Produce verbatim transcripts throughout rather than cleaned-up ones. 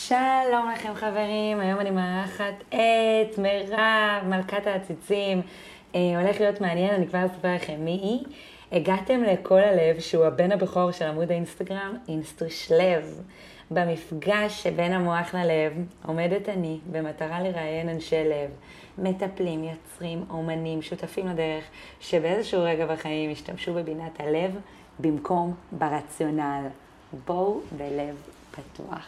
שלום לכם חברים, היום אני מארחת את מירב, מלכת העציצים. אה, הולך להיות מעניין, אני כבר אספר לכם מי היא. הגעתם לכל הלב, שהוא הבן הבכור של עמוד האינסטגרם, אינסטרשלב. במפגש שבין המוח ללב עומדת אני במטרה לראיין אנשי לב, מטפלים, יוצרים, אומנים, שותפים לדרך, שבאיזשהו רגע בחיים השתמשו בבינת הלב במקום ברציונל. בואו בלב פתוח.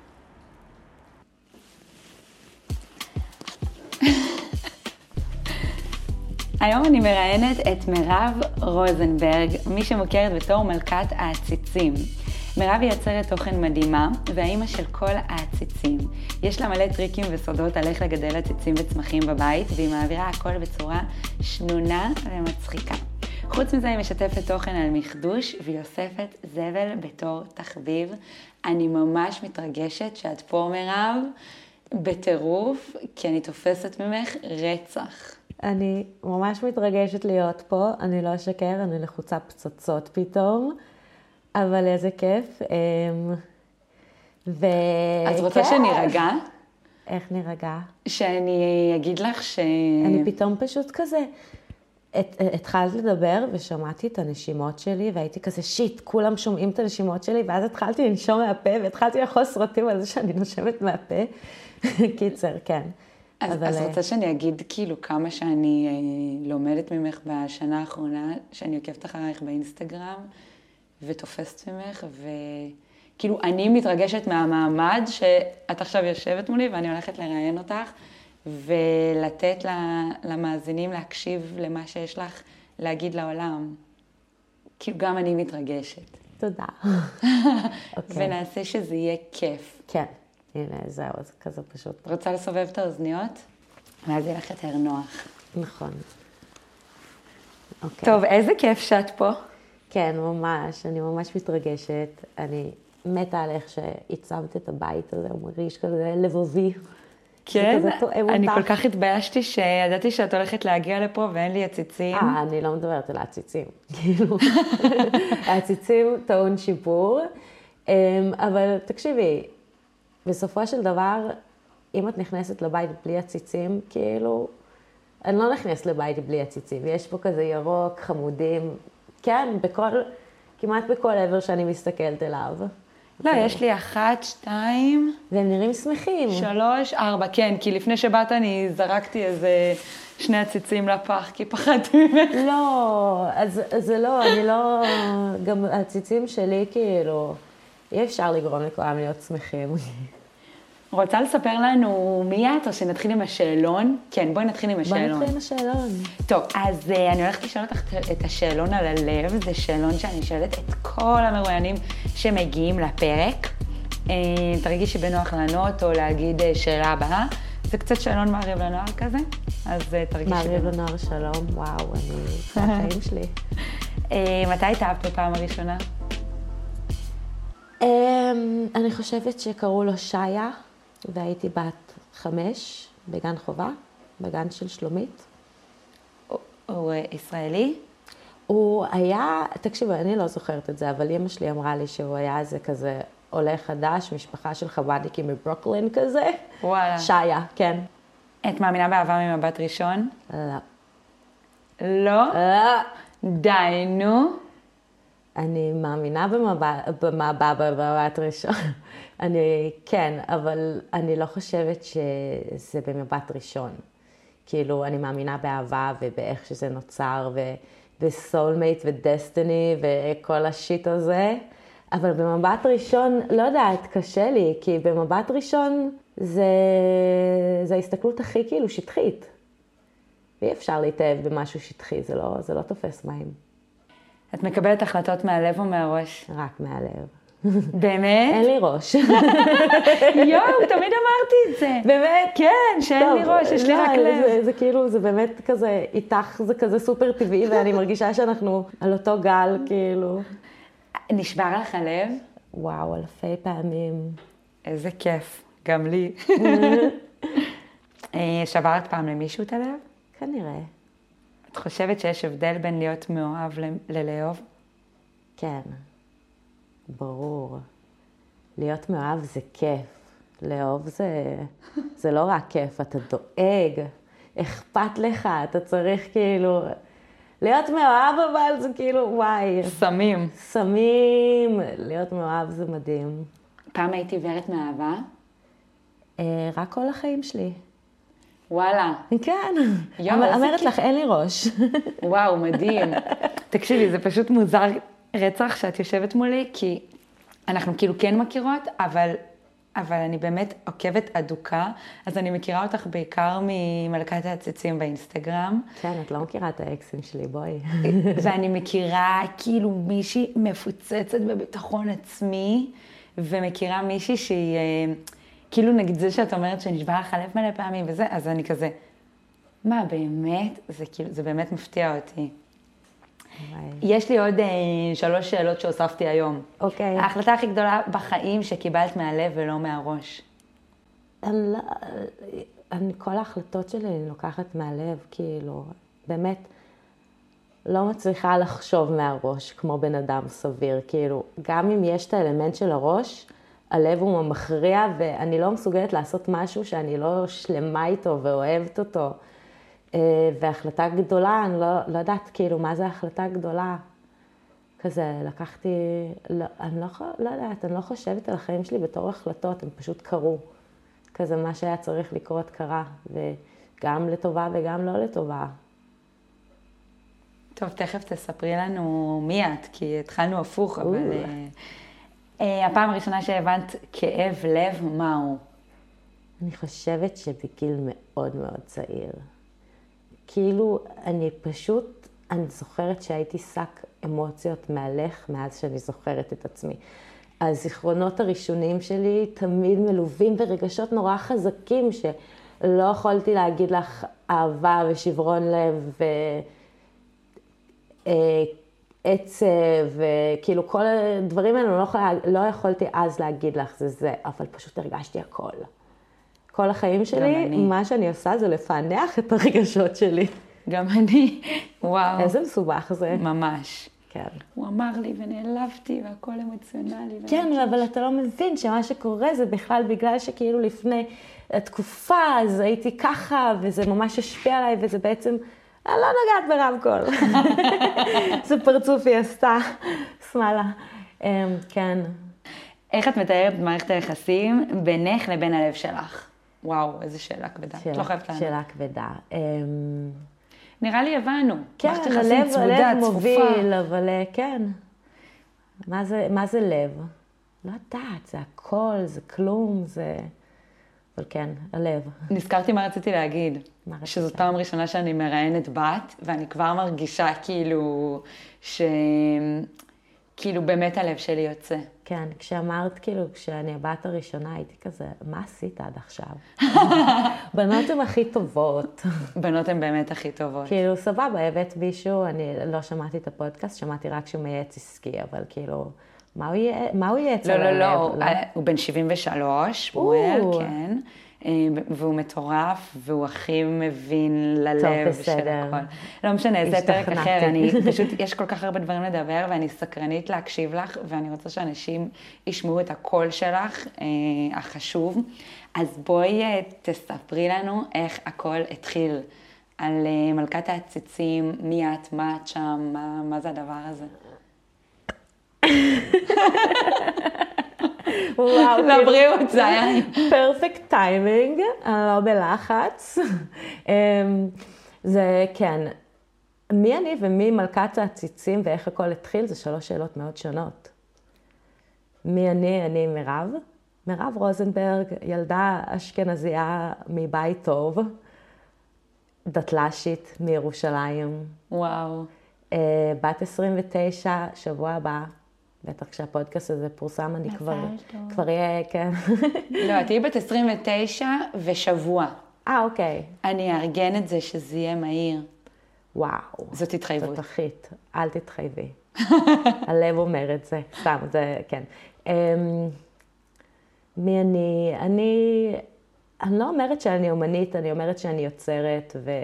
היום אני מראיינת את מירב רוזנברג, מי שמוכרת בתור מלכת העציצים. מירב היא יוצרת תוכן מדהימה, והאימא של כל העציצים. יש לה מלא טריקים וסודות על איך לגדל עציצים וצמחים בבית, והיא מעבירה הכל בצורה שנונה ומצחיקה. חוץ מזה היא משתפת תוכן על מחדוש, והיא אוספת זבל בתור תחביב. אני ממש מתרגשת שאת פה מירב, בטירוף, כי אני תופסת ממך רצח. אני ממש מתרגשת להיות פה, אני לא אשקר, אני לחוצה פצצות פתאום, אבל איזה כיף. ו... את רוצה שנירגע? איך נירגע? שאני אגיד לך ש... אני פתאום פשוט כזה, את, התחלת לדבר ושמעתי את הנשימות שלי, והייתי כזה שיט, כולם שומעים את הנשימות שלי, ואז התחלתי לנשום מהפה, והתחלתי לאכול סרטים על זה שאני נושמת מהפה. קיצר, כן. אז, אבל... אז רוצה שאני אגיד כאילו כמה שאני אה, לומדת ממך בשנה האחרונה, שאני עוקבת אחריך באינסטגרם, ותופסת ממך, וכאילו אני מתרגשת מהמעמד שאת עכשיו יושבת מולי, ואני הולכת לראיין אותך, ולתת למאזינים להקשיב למה שיש לך להגיד לעולם. כאילו גם אני מתרגשת. תודה. ונעשה שזה יהיה כיף. כן. הנה, זהו, זה כזה פשוט. רוצה לסובב את האוזניות? ואז יהיה לך יותר נוח. נכון. טוב, איזה כיף שאת פה. כן, ממש. אני ממש מתרגשת. אני מתה על איך שהצבת את הבית הזה, הוא מרגיש כזה לבובי. כן, אני כל כך התביישתי שידעתי שאת הולכת להגיע לפה ואין לי עציצים. אה, אני לא מדברת על העציצים. כאילו, העציצים טעון שיפור. אבל תקשיבי, בסופו של דבר, אם את נכנסת לבית בלי עציצים, כאילו, אני לא נכנסת לבית בלי עציצים. יש פה כזה ירוק, חמודים, כן, בכל, כמעט בכל עבר שאני מסתכלת אליו. לא, יש לי אחת, שתיים... והם נראים שמחים. שלוש, ארבע, כן, כי לפני שבאת אני זרקתי איזה שני עציצים לפח, כי פחדתי ממך. לא, אז זה לא, אני לא, גם העציצים שלי, כאילו, אי אפשר לגרום לכולם להיות שמחים. רוצה לספר לנו מי את, או שנתחיל עם השאלון? כן, בואי נתחיל עם השאלון. בואי נתחיל עם השאלון. טוב, אז uh, אני הולכת לשאול אותך את השאלון על הלב. זה שאלון שאני שואלת את כל המרואיינים שמגיעים לפרק. Uh, תרגישי בנוח לענות או להגיד uh, שאלה הבאה. זה קצת שאלון מעריב לנוער כזה, אז uh, תרגישי בנוח. מעריב לנוער שלום, וואו, אני... זה החיים שלי. Uh, מתי התאהבת בפעם הראשונה? Um, אני חושבת שקראו לו שיה. והייתי בת חמש בגן חובה, בגן של שלומית. הוא, הוא ישראלי? הוא היה, תקשיבו, אני לא זוכרת את זה, אבל אמא שלי אמרה לי שהוא היה איזה כזה עולה חדש, משפחה של חב"דניקים מברוקלין כזה. וואלה. שיה, כן. את מאמינה באהבה ממבט ראשון? לא. לא? לא. די, נו. אני מאמינה במבט, במבט ראשון. אני, כן, אבל אני לא חושבת שזה במבט ראשון. כאילו, אני מאמינה באהבה ובאיך שזה נוצר, ובסולמייט ודסטיני וכל השיט הזה. אבל במבט ראשון, לא יודעת, קשה לי, כי במבט ראשון זה, זה ההסתכלות הכי כאילו שטחית. ואי אפשר להתאהב במשהו שטחי, זה לא, זה לא תופס מים. את מקבלת החלטות מהלב או מהראש? רק מהלב. באמת? אין לי ראש. יואו, תמיד אמרתי את זה. באמת? כן, שאין לי ראש, יש לי רק לב. זה, זה כאילו, זה באמת כזה, איתך זה כזה סופר טבעי, ואני מרגישה שאנחנו על אותו גל, כאילו. נשבר לך הלב? וואו, אלפי פעמים. איזה כיף, גם לי. שברת פעם למישהו את הלב? כנראה. את חושבת שיש הבדל בין להיות מאוהב ללאהוב? כן, ברור. להיות מאוהב זה כיף. לאהוב זה, זה לא רק כיף, אתה דואג, אכפת לך, אתה צריך כאילו, להיות מאוהב אבל זה כאילו, וואי. סמים. סמים, להיות מאוהב זה מדהים. פעם הייתי עיוורת מאהבה? אה, רק כל החיים שלי. וואלה. כן, יו, אבל איזה אמרת כיף. לך, אין לי ראש. וואו, מדהים. תקשיבי, זה פשוט מוזר רצח שאת יושבת מולי, כי אנחנו כאילו כן מכירות, אבל, אבל אני באמת עוקבת אדוקה, אז אני מכירה אותך בעיקר ממלכת העציצים באינסטגרם. כן, את לא מכירה את האקסים שלי, בואי. ואני מכירה כאילו מישהי מפוצצת בביטחון עצמי, ומכירה מישהי שהיא, כאילו נגיד זה שאת אומרת שנשבע לך הלב מלא פעמים וזה, אז אני כזה, מה באמת? זה כאילו, זה באמת מפתיע אותי. יש לי עוד אה, שלוש שאלות שהוספתי היום. אוקיי. ההחלטה הכי גדולה בחיים שקיבלת מהלב ולא מהראש. אני, לא, אני, כל ההחלטות שלי אני לוקחת מהלב, כאילו, באמת, לא מצליחה לחשוב מהראש כמו בן אדם סביר, כאילו, גם אם יש את האלמנט של הראש, הלב הוא מכריע, ואני לא מסוגלת לעשות משהו שאני לא שלמה איתו ואוהבת אותו. והחלטה גדולה, אני לא, לא יודעת כאילו מה זה החלטה גדולה. כזה, לקחתי, לא, אני לא, לא יודעת, אני לא חושבת על החיים שלי בתור החלטות, הם פשוט קרו. כזה, מה שהיה צריך לקרות קרה, וגם לטובה וגם לא לטובה. טוב, תכף תספרי לנו מי את, כי התחלנו הפוך, אבל uh, uh, הפעם הראשונה שהבנת כאב לב, מהו? אני חושבת שבגיל מאוד מאוד צעיר. כאילו, אני פשוט, אני זוכרת שהייתי שק אמוציות מהלך מאז שאני זוכרת את עצמי. הזיכרונות הראשונים שלי תמיד מלווים ברגשות נורא חזקים, שלא יכולתי להגיד לך אהבה ושברון לב ועצב, וכאילו כל הדברים האלה לא, יכולה, לא יכולתי אז להגיד לך זה זה, אבל פשוט הרגשתי הכל. כל החיים שלי, מה שאני עושה זה לפענח את הרגשות שלי. גם אני, וואו. איזה מסובך זה. ממש. כן. הוא אמר לי ונעלבתי והכל אמוציונלי. כן, אבל אתה לא מבין שמה שקורה זה בכלל בגלל שכאילו לפני התקופה אז הייתי ככה וזה ממש השפיע עליי וזה בעצם, אני לא נגעת ברמקול. זה פרצוף היא עשתה, שמאלה. כן. איך את מתארת מערכת היחסים בינך לבין הלב שלך? וואו, איזה שאלה כבדה. את לא חייבת לענות. שאלה כבדה. נראה לי הבנו. כן, הלב, הלב מוביל, אבל כן. מה זה, מה זה לב? לא יודעת, זה הכל, זה כלום, זה... אבל כן, הלב. נזכרתי מה רציתי להגיד. מה רצית? שזאת פעם ראשונה שאני מראיינת בת, ואני כבר מרגישה כאילו ש... כאילו באמת הלב שלי יוצא. כן, כשאמרת, כאילו, כשאני הבת הראשונה, הייתי כזה, מה עשית עד עכשיו? בנות הן הכי טובות. בנות הן באמת הכי טובות. כאילו, סבבה, הבאת מישהו, אני לא שמעתי את הפודקאסט, שמעתי רק שהוא מייעץ עסקי, אבל כאילו, מה הוא יהיה, מה הוא ייעץ על הלב? לא, לא, לא, הוא בן שבעים ושלוש, שמואל, כן. והוא מטורף, והוא הכי מבין ללב של הכל. לא משנה, זה פרק אחר, אני פשוט, יש כל כך הרבה דברים לדבר, ואני סקרנית להקשיב לך, ואני רוצה שאנשים ישמעו את הקול שלך, החשוב. אז בואי תספרי לנו איך הכל התחיל, על מלכת העציצים, מי את, מה את שם, מה, מה זה הדבר הזה? וואו, לבריאות, זה היה פרפקט טיימינג, אני לא בלחץ. זה כן, מי אני ומי מלכת העציצים ואיך הכל התחיל, זה שלוש שאלות מאוד שונות. מי אני? אני מירב. מירב רוזנברג, ילדה אשכנזייה מבית טוב, דתל"שית מירושלים. וואו. בת עשרים ותשע, שבוע הבא. בטח כשהפודקאסט הזה פורסם, אני כבר, כבר אהיה, כן. לא, את תהיי בת עשרים ותשע ושבוע. אה, אוקיי. אני אארגן את זה שזה יהיה מהיר. וואו. זאת התחייבות. זאת אחית, אל תתחייבי. הלב אומר את זה, סתם, זה, כן. מי אני? אני, אני לא אומרת שאני אומנית, אני אומרת שאני יוצרת, ו...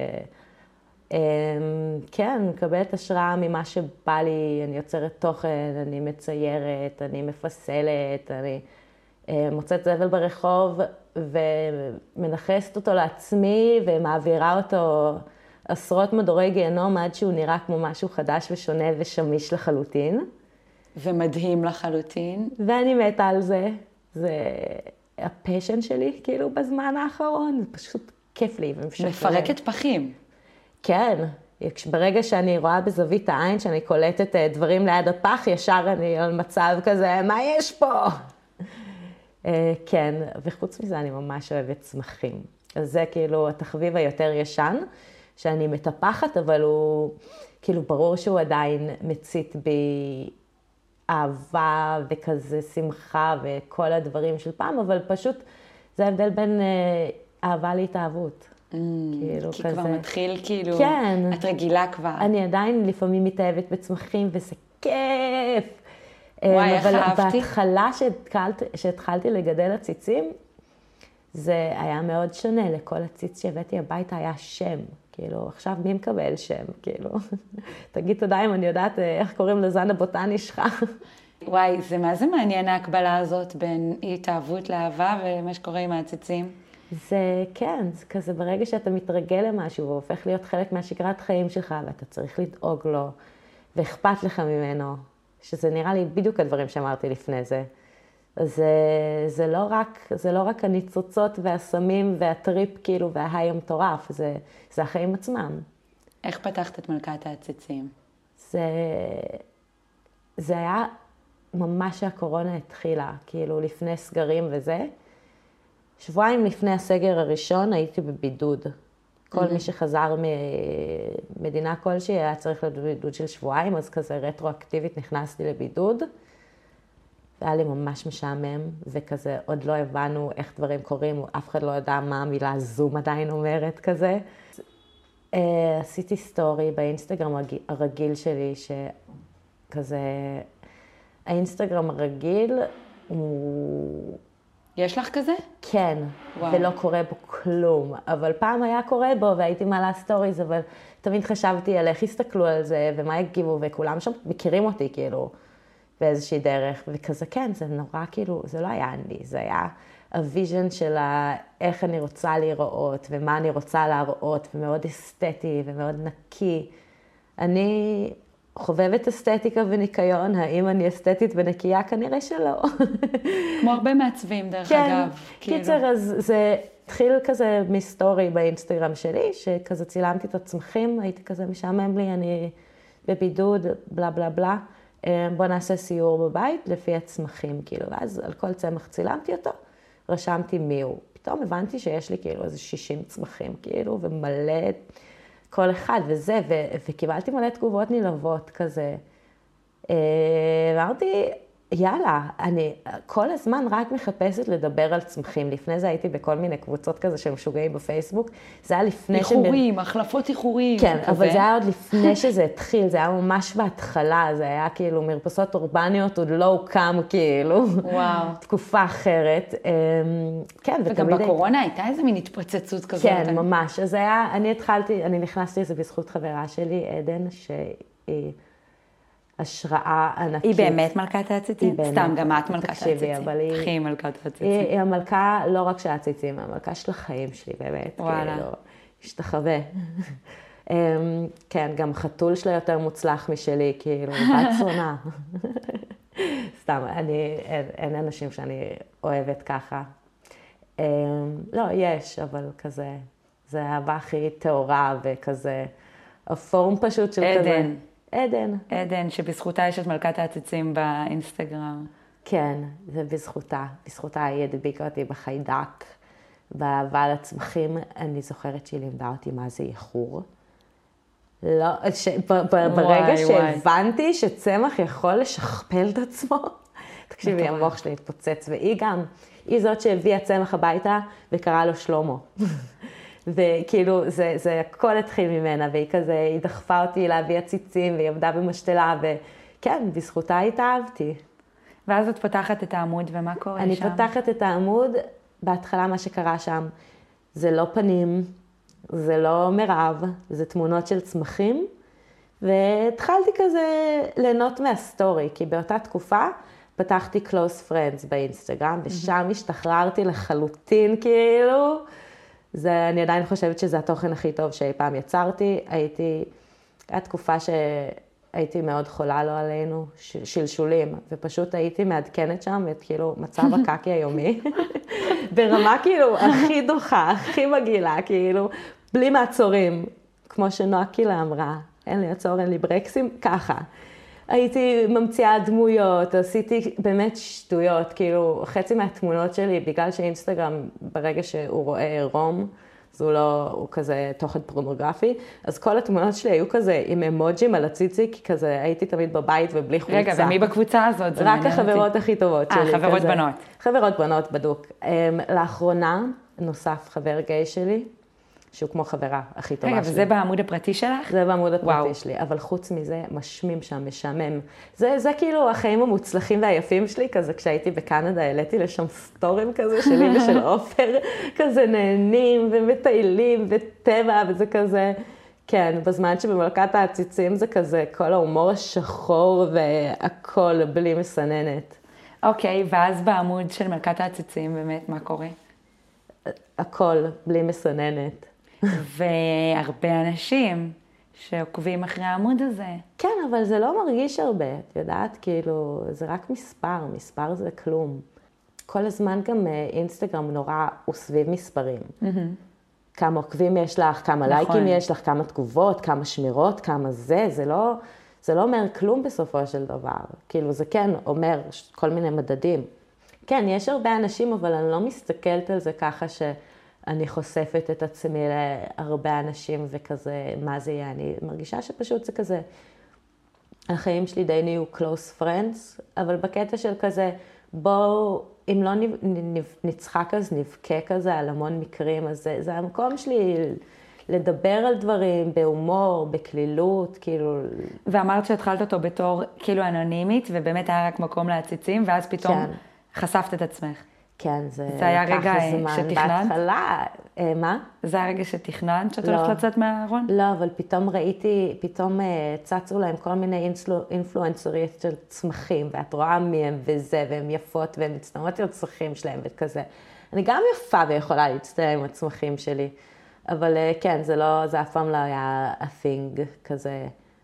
כן, מקבלת השראה ממה שבא לי, אני יוצרת תוכן, אני מציירת, אני מפסלת, אני מוצאת זבל ברחוב ומנחסת אותו לעצמי ומעבירה אותו עשרות מדורי גיהנום עד שהוא נראה כמו משהו חדש ושונה ושמיש לחלוטין. ומדהים לחלוטין. ואני מתה על זה. זה הפשן שלי כאילו בזמן האחרון. זה פשוט כיף לי. מפרקת פחים. כן. ברגע שאני רואה בזווית העין, שאני קולטת דברים ליד הפח, ישר אני על מצב כזה, מה יש פה? כן, וחוץ מזה אני ממש אוהבת צמחים. אז זה כאילו התחביב היותר ישן, שאני מטפחת, אבל הוא, כאילו ברור שהוא עדיין מצית בי אהבה וכזה שמחה וכל הדברים של פעם, אבל פשוט זה ההבדל בין אהבה להתאהבות. Mm, כאילו כי כזה. כבר מתחיל כאילו, כן. את רגילה כבר. אני עדיין לפעמים מתאהבת בצמחים וזה כיף. וואי, איך אהבתי. אבל בהתחלה שהתחלתי, שהתחלתי לגדל עציצים, זה היה מאוד שונה. לכל עציץ שהבאתי הביתה היה שם. כאילו, עכשיו מי מקבל שם? כאילו, תגיד תודה אם אני יודעת איך קוראים לזן הבוטני שלך. וואי, זה מה זה מעניין ההקבלה הזאת בין התאהבות לאהבה ומה שקורה עם העציצים? זה כן, זה כזה ברגע שאתה מתרגל למשהו והופך להיות חלק מהשגרת חיים שלך ואתה צריך לדאוג לו ואכפת לך ממנו, שזה נראה לי בדיוק הדברים שאמרתי לפני זה. אז זה לא רק, זה לא רק הניצוצות והסמים והטריפ כאילו וההיי המטורף, זה, זה החיים עצמם. איך פתחת את מלכת העציצים? זה, זה היה ממש שהקורונה התחילה, כאילו לפני סגרים וזה. שבועיים לפני הסגר הראשון הייתי בבידוד. כל mm-hmm. מי שחזר ממדינה כלשהי היה צריך להיות בבידוד של שבועיים, אז כזה רטרואקטיבית נכנסתי לבידוד. והיה לי ממש משעמם, וכזה עוד לא הבנו איך דברים קורים, אף אחד לא ידע מה המילה זום עדיין אומרת כזה. עשיתי סטורי באינסטגרם הרגיל שלי, שכזה, האינסטגרם הרגיל הוא... יש לך כזה? כן, וואו. ולא קורה בו כלום. אבל פעם היה קורה בו והייתי מעלה סטוריז, אבל תמיד חשבתי על איך הסתכלו על זה ומה יגיבו, וכולם שם מכירים אותי כאילו באיזושהי דרך. וכזה כן, זה נורא כאילו, זה לא היה אני, זה היה הוויז'ן של איך אני רוצה להיראות ומה אני רוצה להראות, ומאוד אסתטי ומאוד נקי. אני... חובבת אסתטיקה וניקיון, האם אני אסתטית ונקייה? כנראה שלא. כמו הרבה מעצבים, דרך כן, אגב. כן, קיצר, כאילו. אז זה התחיל כזה מסטורי באינסטגרם שלי, שכזה צילמתי את הצמחים, הייתי כזה משעמם לי, אני בבידוד, בלה בלה בלה. בוא נעשה סיור בבית לפי הצמחים, כאילו, ואז על כל צמח צילמתי אותו, רשמתי מי הוא. פתאום הבנתי שיש לי כאילו איזה שישים צמחים, כאילו, ומלא... כל אחד וזה, ו- וקיבלתי מלא תגובות נלוות כזה. אמרתי, יאללה, אני כל הזמן רק מחפשת לדבר על צמחים. לפני זה הייתי בכל מיני קבוצות כזה שהם משוגעים בפייסבוק. זה היה לפני... איחורים, ש... החלפות איחורים. כן, כזה. אבל זה היה עוד לפני שזה התחיל, זה היה ממש בהתחלה, זה היה כאילו מרפסות אורבניות, עוד לא הוקם כאילו. וואו. תקופה אחרת. כן, וגם בקורונה הייתה איזה מין התפוצצות כזאת. כן, ממש. אז היה, אני התחלתי, אני נכנסתי לזה בזכות חברה שלי, עדן, שהיא... השראה ענקית. היא באמת מלכת העציצים? סתם, גם את מלכת העציצים. תקשיבי, אבל היא... הכי מלכת העציצים. היא, היא המלכה לא רק של העציצים, היא המלכה של החיים שלי, באמת. וואלה. כאילו, השתחווה. כן, גם חתול שלה יותר מוצלח משלי, כאילו, בת צונה. סתם, אני, אין, אין אנשים שאני אוהבת ככה. לא, יש, אבל כזה, זה האהבה הכי טהורה וכזה, הפורום פשוט של עדן. כזה. עדן. עדן, שבזכותה יש את מלכת העציצים באינסטגרם. כן, זה בזכותה. בזכותה היא הדביקה אותי בחיידק, באהבה לצמחים. אני זוכרת שהיא לימדה אותי מה זה איחור. לא, ש... ב... ב... ברגע שהבנתי וואי. שצמח יכול לשכפל את עצמו, תקשיבי, המוח שלי התפוצץ, והיא גם, היא זאת שהביאה צמח הביתה וקראה לו שלומו. וכאילו, זה, זה הכל התחיל ממנה, והיא כזה, היא דחפה אותי להביא עציצים, והיא עבדה במשתלה, וכן, בזכותה התאהבתי. ואז את פותחת את העמוד, ומה קורה אני שם? אני פותחת את העמוד, בהתחלה מה שקרה שם, זה לא פנים, זה לא מירב, זה תמונות של צמחים, והתחלתי כזה ליהנות מהסטורי, כי באותה תקופה פתחתי close friends באינסטגרם, ושם השתחררתי לחלוטין, כאילו. זה, אני עדיין חושבת שזה התוכן הכי טוב שאי פעם יצרתי. הייתי, הייתה תקופה שהייתי מאוד חולה לא עלינו, שלשולים, ופשוט הייתי מעדכנת שם את כאילו מצב הקקי היומי, ברמה כאילו הכי דוחה, הכי מגעילה, כאילו, בלי מעצורים, כמו שנועה קילה אמרה, אין לי עצור, אין לי ברקסים, ככה. הייתי ממציאה דמויות, עשיתי באמת שטויות, כאילו חצי מהתמונות שלי, בגלל שאינסטגרם ברגע שהוא רואה עירום, אז הוא לא, הוא כזה תוכן פורנוגרפי, אז כל התמונות שלי היו כזה עם אמוג'ים על הציצי, כי כזה הייתי תמיד בבית ובלי חולצה. רגע, ומי בקבוצה הזאת? רק החברות הכי טובות שלי. אה, חברות בנות. חברות בנות בדוק. לאחרונה נוסף חבר גיי שלי, שהוא כמו חברה הכי טובה שלי. רגע, וזה בעמוד הפרטי שלך? זה בעמוד הפרטי שלי, אבל חוץ מזה, משמים שם, משעמם. זה, זה כאילו החיים המוצלחים והיפים שלי, כזה כשהייתי בקנדה, העליתי לשם סטורים כזה שלי ושל אופר, כזה נהנים ומטיילים וטבע, וזה כזה, כן, בזמן שבמלכת העציצים זה כזה, כל ההומור השחור והכל בלי מסננת. אוקיי, ואז בעמוד של מלכת העציצים, באמת, מה קורה? הכל בלי מסננת. והרבה אנשים שעוקבים אחרי העמוד הזה. כן, אבל זה לא מרגיש הרבה, את יודעת, כאילו, זה רק מספר, מספר זה כלום. כל הזמן גם אינסטגרם נורא הוא סביב מספרים. Mm-hmm. כמה עוקבים יש לך, כמה נכון. לייקים יש לך, כמה תגובות, כמה שמירות, כמה זה, זה לא, זה לא אומר כלום בסופו של דבר. כאילו, זה כן אומר כל מיני מדדים. כן, יש הרבה אנשים, אבל אני לא מסתכלת על זה ככה שאני חושפת את עצמי להרבה אנשים וכזה, מה זה יהיה? אני מרגישה שפשוט זה כזה, החיים שלי די נהיו close friends, אבל בקטע של כזה, בואו, אם לא נצחק אז נבכה כזה על המון מקרים, אז זה, זה המקום שלי לדבר על דברים בהומור, בכלילות, כאילו... ואמרת שהתחלת אותו בתור כאילו אנונימית, ובאמת היה רק מקום להציצים, ואז פתאום... כן. חשפת את עצמך. כן, זה, זה היה רגע שתכננת? בהתחלה, מה? זה היה רגע שתכננת שאת הולכת לצאת מהארון? לא, אבל פתאום ראיתי, פתאום צצו להם כל מיני אינפלואנסריות של צמחים, ואת רואה מי הם וזה, והן יפות, והן מצטלמות עם הצמחים שלהם וכזה. אני גם יפה ויכולה להצטלם עם הצמחים שלי, אבל כן, זה לא, זה אף פעם לא היה a thing כזה.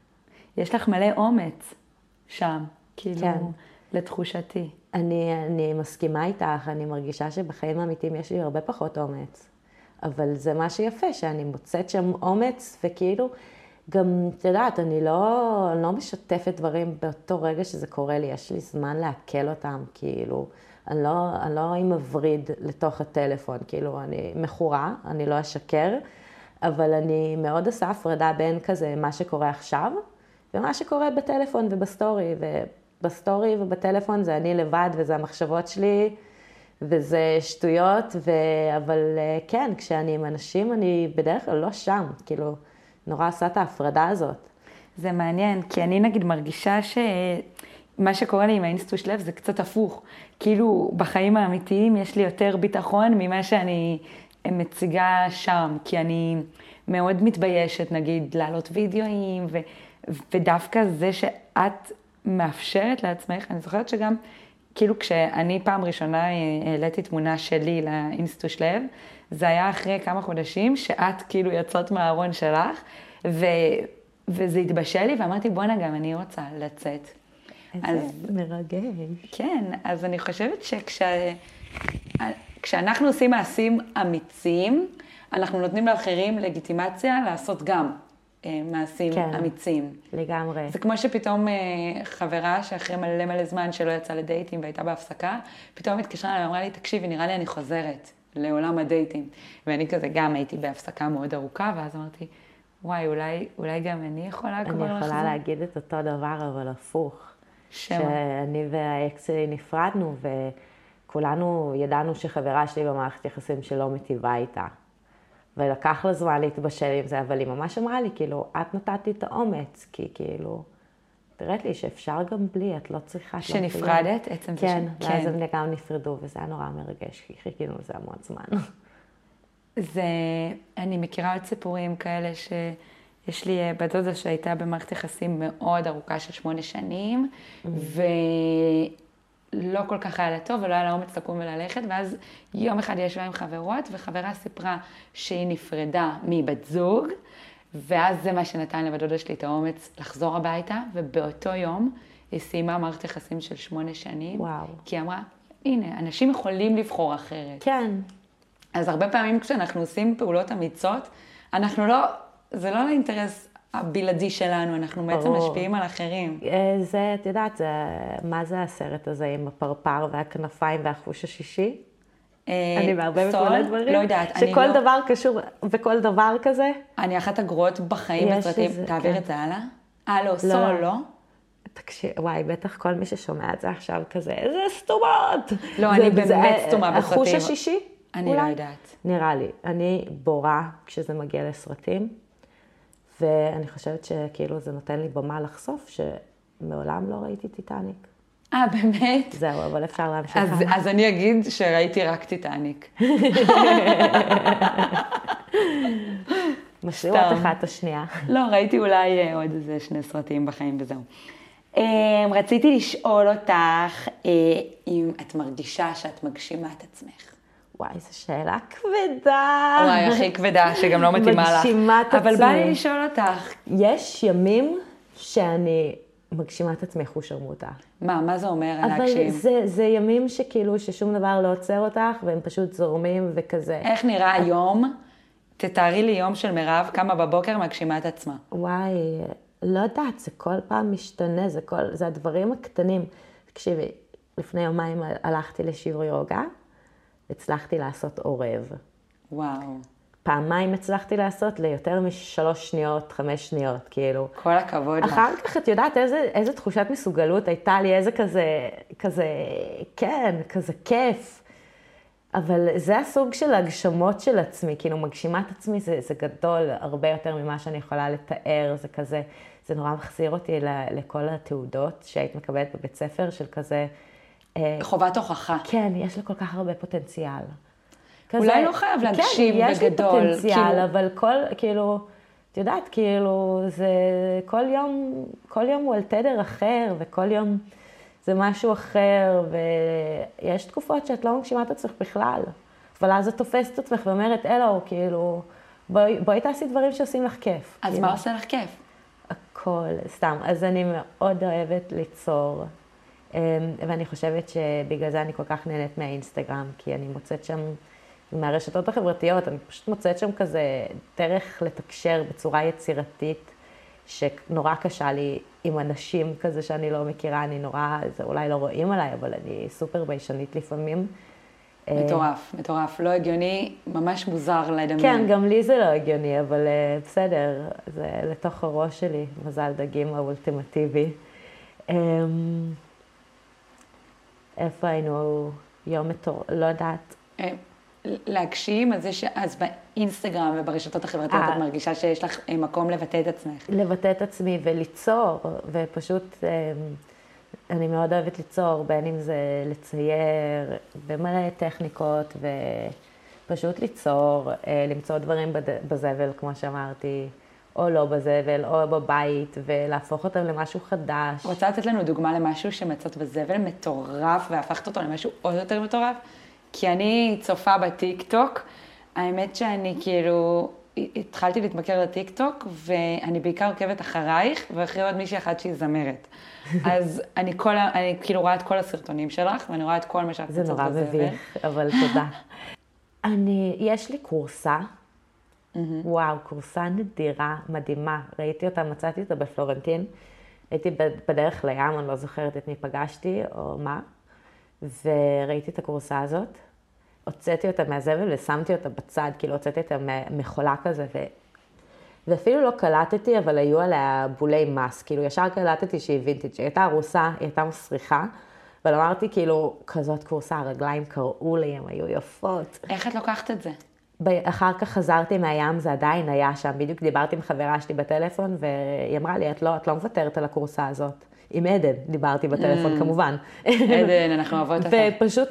יש לך מלא אומץ שם, כאילו, כן. לתחושתי. אני, אני מסכימה איתך, אני מרגישה שבחיים האמיתיים יש לי הרבה פחות אומץ. אבל זה מה שיפה, שאני מוצאת שם אומץ, וכאילו, גם, את יודעת, אני לא, אני לא משתפת דברים באותו רגע שזה קורה לי, יש לי זמן להקל אותם, כאילו, אני לא, אני לא עם מבריד לתוך הטלפון, כאילו, אני מכורה, אני לא אשקר, אבל אני מאוד עושה הפרדה בין כזה, מה שקורה עכשיו, ומה שקורה בטלפון ובסטורי, ו... בסטורי ובטלפון זה אני לבד, וזה המחשבות שלי, וזה שטויות, ו... אבל כן, כשאני עם אנשים, אני בדרך כלל לא שם, כאילו, נורא עושה את ההפרדה הזאת. זה מעניין, כי אני נגיד מרגישה שמה שקורה לי עם האינסטוש לב זה קצת הפוך. כאילו, בחיים האמיתיים יש לי יותר ביטחון ממה שאני מציגה שם, כי אני מאוד מתביישת, נגיד, לעלות וידאוים, ו... ודווקא זה שאת... מאפשרת לעצמך, אני זוכרת שגם, כאילו כשאני פעם ראשונה העליתי תמונה שלי לאינסטוש לב, זה היה אחרי כמה חודשים שאת כאילו יצאת מהארון שלך, ו... וזה התבשל לי, ואמרתי, בואנה גם אני רוצה לצאת. איזה אז... מרגש. כן, אז אני חושבת שכשאנחנו עושים מעשים אמיצים, אנחנו נותנים לאחרים לגיטימציה לעשות גם. מעשים כן, אמיצים. לגמרי. זה כמו שפתאום חברה שאחרי מלא מלא זמן שלא יצאה לדייטים והייתה בהפסקה, פתאום התקשרה לה ואמרה לי, תקשיבי, נראה לי אני חוזרת לעולם הדייטים. ואני כזה גם הייתי בהפסקה מאוד ארוכה, ואז אמרתי, וואי, אולי, אולי גם אני יכולה כבר לחזור. אני יכולה להגיד את אותו דבר, אבל הפוך. שמה? שאני והאקס שלי נפרדנו, וכולנו ידענו שחברה שלי במערכת יחסים שלא מטיבה איתה. ולקח לה זמן להתבשל עם זה, אבל היא ממש אמרה לי, כאילו, את נתתי את האומץ, כי כאילו, תראית לי שאפשר גם בלי, את לא צריכה... שנפרדת? עצם כן, ואז הם גם נפרדו, וזה היה נורא מרגש, כי חיכינו לזה המון זמן. זה, אני מכירה עוד סיפורים כאלה שיש לי בת דודה שהייתה במערכת יחסים מאוד ארוכה של שמונה שנים, ולא לא כל כך היה לה טוב, ולא היה לה אומץ לקום וללכת, ואז יום אחד היא ישבה עם חברות, וחברה סיפרה שהיא נפרדה מבת זוג, ואז זה מה שנתן לבת דודה שלי את האומץ לחזור הביתה, ובאותו יום היא סיימה מערכת יחסים של שמונה שנים, וואו. כי היא אמרה, הנה, אנשים יכולים לבחור אחרת. כן. אז הרבה פעמים כשאנחנו עושים פעולות אמיצות, אנחנו לא, זה לא לאינטרס הבלעדי שלנו, אנחנו בעצם ברור. משפיעים על אחרים. זה, את יודעת, זה, מה זה הסרט הזה עם הפרפר והכנפיים והחוש השישי? אני מערבבת כל הדברים. לא יודעת. שכל לא... דבר קשור בכל דבר כזה. אני אחת הגרועות בחיים בסרטים. תעביר כן. את זה הלאה? אה, לא, סול, לא? לא? תקשיב, וואי, בטח כל מי ששומע את זה עכשיו כזה, איזה סתומות! לא, זה, אני באמת זה, סתומה בסרטים. החוש השישי? אני אולי? לא יודעת. נראה לי. אני בורה כשזה מגיע לסרטים, ואני חושבת שכאילו זה נותן לי במה לחשוף, שמעולם לא ראיתי טיטניק. אה, באמת? זהו, אבל אפשר להמשיך. אז, אז אני אגיד שראיתי רק טיטניק. משאירות אחת השנייה. לא, ראיתי אולי עוד איזה שני סרטים בחיים וזהו. רציתי לשאול אותך אם את מרגישה שאת מגשימה את עצמך. וואי, זו שאלה כבדה. וואי, הכי כבדה, שגם לא מתאימה לך. מגשימה את עצמי. אבל בא לי לשאול אותך. יש ימים שאני מגשימה את עצמי חוש שרמוטה. מה, מה זה אומר אבל להגשים? זה, זה ימים שכאילו ששום דבר לא עוצר אותך, והם פשוט זורמים וכזה. איך נראה היום? תתארי לי יום של מירב, כמה בבוקר מגשימה את עצמה. וואי, לא יודעת, זה כל פעם משתנה, זה, כל, זה הדברים הקטנים. תקשיבי, לפני יומיים הלכתי לשיעור יוגה, הצלחתי לעשות עורב. וואו. פעמיים הצלחתי לעשות ליותר משלוש שניות, חמש שניות, כאילו. כל הכבוד לך. אחר כך את יודעת איזה, איזה תחושת מסוגלות הייתה לי, איזה כזה, כזה, כן, כזה כיף. אבל זה הסוג של הגשמות של עצמי, כאילו מגשימת עצמי זה, זה גדול הרבה יותר ממה שאני יכולה לתאר, זה כזה, זה נורא מחזיר אותי לכל התעודות שהיית מקבלת בבית ספר של כזה... חובת הוכחה. כן, יש לה כל כך הרבה פוטנציאל. כזה, אולי לא חייב להגשים כן, בגדול. יש לי פוטנציאל, כאילו... אבל כל, כאילו, את יודעת, כאילו, זה כל יום, כל יום הוא על תדר אחר, וכל יום זה משהו אחר, ויש תקופות שאת לא מגשימה את עצמך בכלל. אבל אז את תופסת את עצמך ואומרת, אלו, כאילו, בואי, בואי תעשי דברים שעושים לך כיף. אז כאילו. מה עושה לך כיף? הכל, סתם. אז אני מאוד אוהבת ליצור. ואני חושבת שבגלל זה אני כל כך נהנית מהאינסטגרם, כי אני מוצאת שם, מהרשתות החברתיות, אני פשוט מוצאת שם כזה דרך לתקשר בצורה יצירתית, שנורא קשה לי עם אנשים כזה שאני לא מכירה, אני נורא, זה אולי לא רואים עליי, אבל אני סופר ביישנית לפעמים. מטורף, מטורף, לא הגיוני, ממש מוזר לדמיין. כן, גם לי זה לא הגיוני, אבל בסדר, זה לתוך הראש שלי, מזל דגים האולטימטיבי. איפה היינו יום מטור, לא יודעת. להגשים, אז, יש, אז באינסטגרם וברשתות החברתיות את מרגישה שיש לך מקום לבטא את עצמך. לבטא את עצמי וליצור, ופשוט אני מאוד אוהבת ליצור, בין אם זה לצייר במלא טכניקות, ופשוט ליצור, למצוא דברים בזבל, כמו שאמרתי, או לא בזבל, או בבית, ולהפוך אותם למשהו חדש. רוצה לתת לנו דוגמה למשהו שמצאת בזבל מטורף, והפכת אותו למשהו עוד יותר מטורף? כי אני צופה בטיק-טוק, האמת שאני כאילו, התחלתי להתמכר לטיק-טוק, ואני בעיקר עוקבת אחרייך, ואחרי עוד מישהי אחת שהיא זמרת. אז אני, כל, אני כאילו רואה את כל הסרטונים שלך, ואני רואה את כל מה שאת מצאת בזבל. זה נורא מביך, אבל תודה. אני, יש לי קורסה, וואו, קורסה נדירה, מדהימה. ראיתי אותה, מצאתי אותה בפלורנטין. הייתי בדרך לים, אני לא זוכרת את מי פגשתי או מה. וראיתי את הקורסה הזאת. הוצאתי אותה מהזבל ושמתי אותה בצד, כאילו הוצאתי אותה מחולה כזה. ו... ואפילו לא קלטתי, אבל היו עליה בולי מס. כאילו ישר קלטתי שהיא וינטג'. היא הייתה ארוסה, היא הייתה מסריחה. אבל אמרתי כאילו, כזאת קורסה, הרגליים קראו לי, הן היו יפות. איך את לוקחת את זה? אחר כך חזרתי מהים, זה עדיין היה שם, בדיוק דיברתי עם חברה שלי בטלפון, והיא אמרה לי, את לא, את לא מוותרת על הקורסה הזאת. עם עדן דיברתי בטלפון, כמובן. עדן, אנחנו אוהבות אותה. ופשוט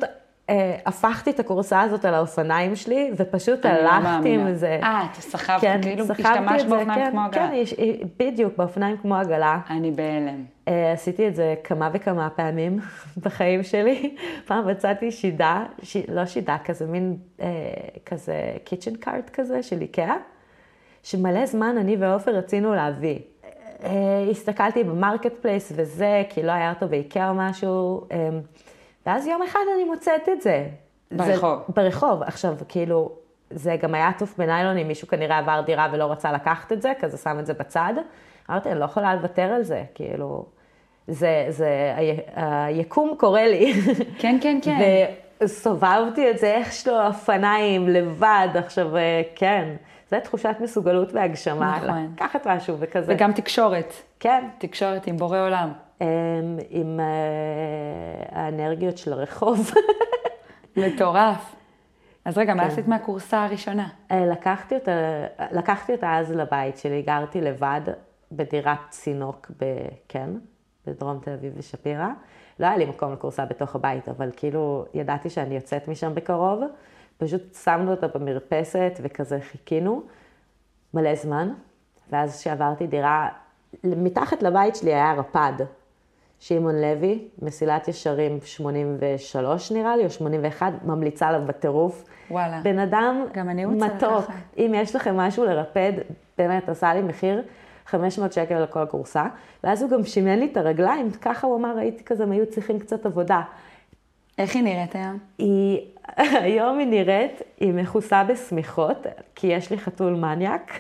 הפכתי את הקורסה הזאת על האופניים שלי, ופשוט הלכתי עם זה. אה, אתה סחבת, כן, כאילו השתמשת באופניים כן, כמו עגלה. כן, בדיוק, באופניים כמו עגלה. אני בהלם. עשיתי את זה כמה וכמה פעמים בחיים שלי. פעם מצאתי שידה, ש... לא שידה, כזה מין, אה, כזה קיצ'ן קארט כזה של איקאה, שמלא זמן אני ואופר רצינו להביא. אה, הסתכלתי במרקט פלייס וזה, כי לא היה אותו באיקאה או משהו, אה, ואז יום אחד אני מוצאת את זה. ברחוב. זה, ברחוב. עכשיו, כאילו, זה גם היה עטוף בניילון, אם מישהו כנראה עבר דירה ולא רצה לקחת את זה, כזה שם את זה בצד. אמרתי, אני לא יכולה לוותר על זה, כאילו, זה, זה, היקום קורא לי. כן, כן, כן. וסובבתי את זה איכשהו אופניים לבד, עכשיו, כן, זה תחושת מסוגלות והגשמה. נכון. לקחת משהו וכזה. וגם תקשורת. כן. תקשורת עם בורא עולם. עם האנרגיות של הרחוב. מטורף. אז רגע, מה עשית מהקורסה הראשונה? לקחתי אותה, לקחתי אותה אז לבית שלי, גרתי לבד בדירת צינוק, כן, בדרום תל אביב ושפירה. לא היה לי מקום לקורסה בתוך הבית, אבל כאילו ידעתי שאני יוצאת משם בקרוב. פשוט שמנו אותה במרפסת וכזה חיכינו מלא זמן. ואז שעברתי דירה, מתחת לבית שלי היה רפד. שמעון לוי, מסילת ישרים שמונים ושלוש נראה לי, או שמונים ואחת, ממליצה עליו בטירוף. וואלה. בן אדם גם אני רוצה מתוק. לקחת. אם יש לכם משהו לרפד, באמת עשה לי מחיר חמש מאות שקל על כל קורסה, ואז הוא גם שימן לי את הרגליים, ככה הוא אמר, ראיתי כזה, הם היו צריכים קצת עבודה. איך היא נראית היום? היא, היום היא נראית, היא מכוסה בסמיכות, כי יש לי חתול מניאק.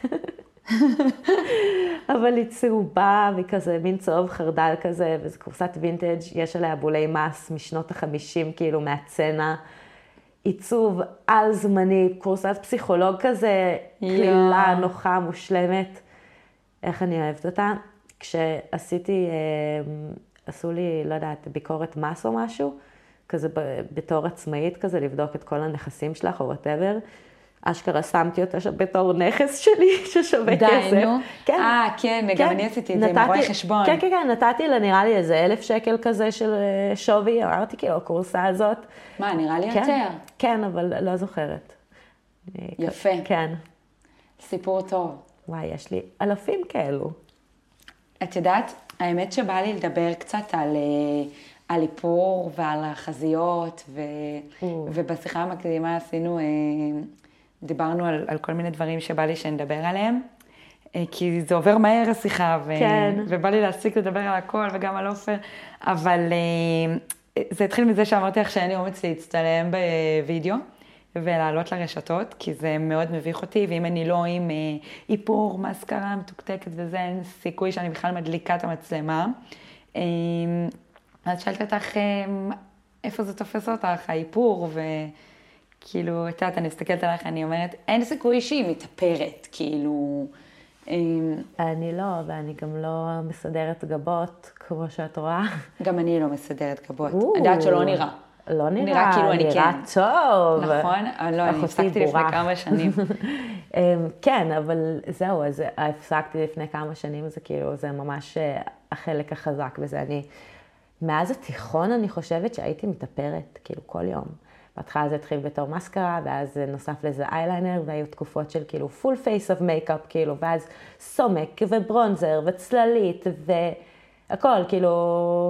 אבל היא צהובה וכזה מין צהוב חרדל כזה, וזו קורסת וינטג', יש עליה בולי מס משנות החמישים, כאילו מהצנה, עיצוב על זמני, קורסת פסיכולוג כזה, כלילה, נוחה, מושלמת. איך אני אוהבת אותה? כשעשיתי, עשו לי, לא יודעת, ביקורת מס או משהו, כזה בתור עצמאית כזה, לבדוק את כל הנכסים שלך או whatever, אשכרה שמתי אותה בתור נכס שלי ששווה כסף. די, נו. אה, כן, גם אני עשיתי את זה עם רואה חשבון. כן, כן, כן, נתתי לה נראה לי איזה אלף שקל כזה של שווי, אמרתי כאילו, הקורסה הזאת. מה, נראה לי יותר. כן, אבל לא זוכרת. יפה. כן. סיפור טוב. וואי, יש לי אלפים כאלו. את יודעת, האמת שבא לי לדבר קצת על... על איפור ועל החזיות, ו... ובשיחה המקדימה עשינו, דיברנו על, על כל מיני דברים שבא לי שנדבר עליהם, כי זה עובר מהר השיחה, ו... כן. ובא לי להספיק לדבר על הכל וגם על אופר, אבל זה התחיל מזה שאמרתי לך שאין לי אומץ להצטלם בווידאו, ולעלות לרשתות, כי זה מאוד מביך אותי, ואם אני לא עם איפור, מסקרה מתוקתקת וזה, אין סיכוי שאני בכלל מדליקה את המצלמה. אז שאלת אותך איפה זה תופס אותך, האיפור, וכאילו, את יודעת, אני מסתכלת עליך, אני אומרת, אין סיכוי שהיא מתאפרת, כאילו... אני לא, ואני גם לא מסדרת גבות, כמו שאת רואה. גם אני לא מסדרת גבות. אני יודעת שלא נראה. לא נראה, נראה כאילו אני נראה כן. טוב. נכון? לא, אני הפסקתי לפני כמה שנים. כן, אבל זהו, אז הפסקתי לפני כמה שנים, זה כאילו, זה ממש החלק החזק בזה. אני... מאז התיכון אני חושבת שהייתי מתאפרת, כאילו כל יום. בהתחלה זה התחיל בתור מסקרה, ואז נוסף לזה אייליינר, והיו תקופות של כאילו full face of makeup, כאילו, ואז סומק וברונזר וצללית והכל, כאילו...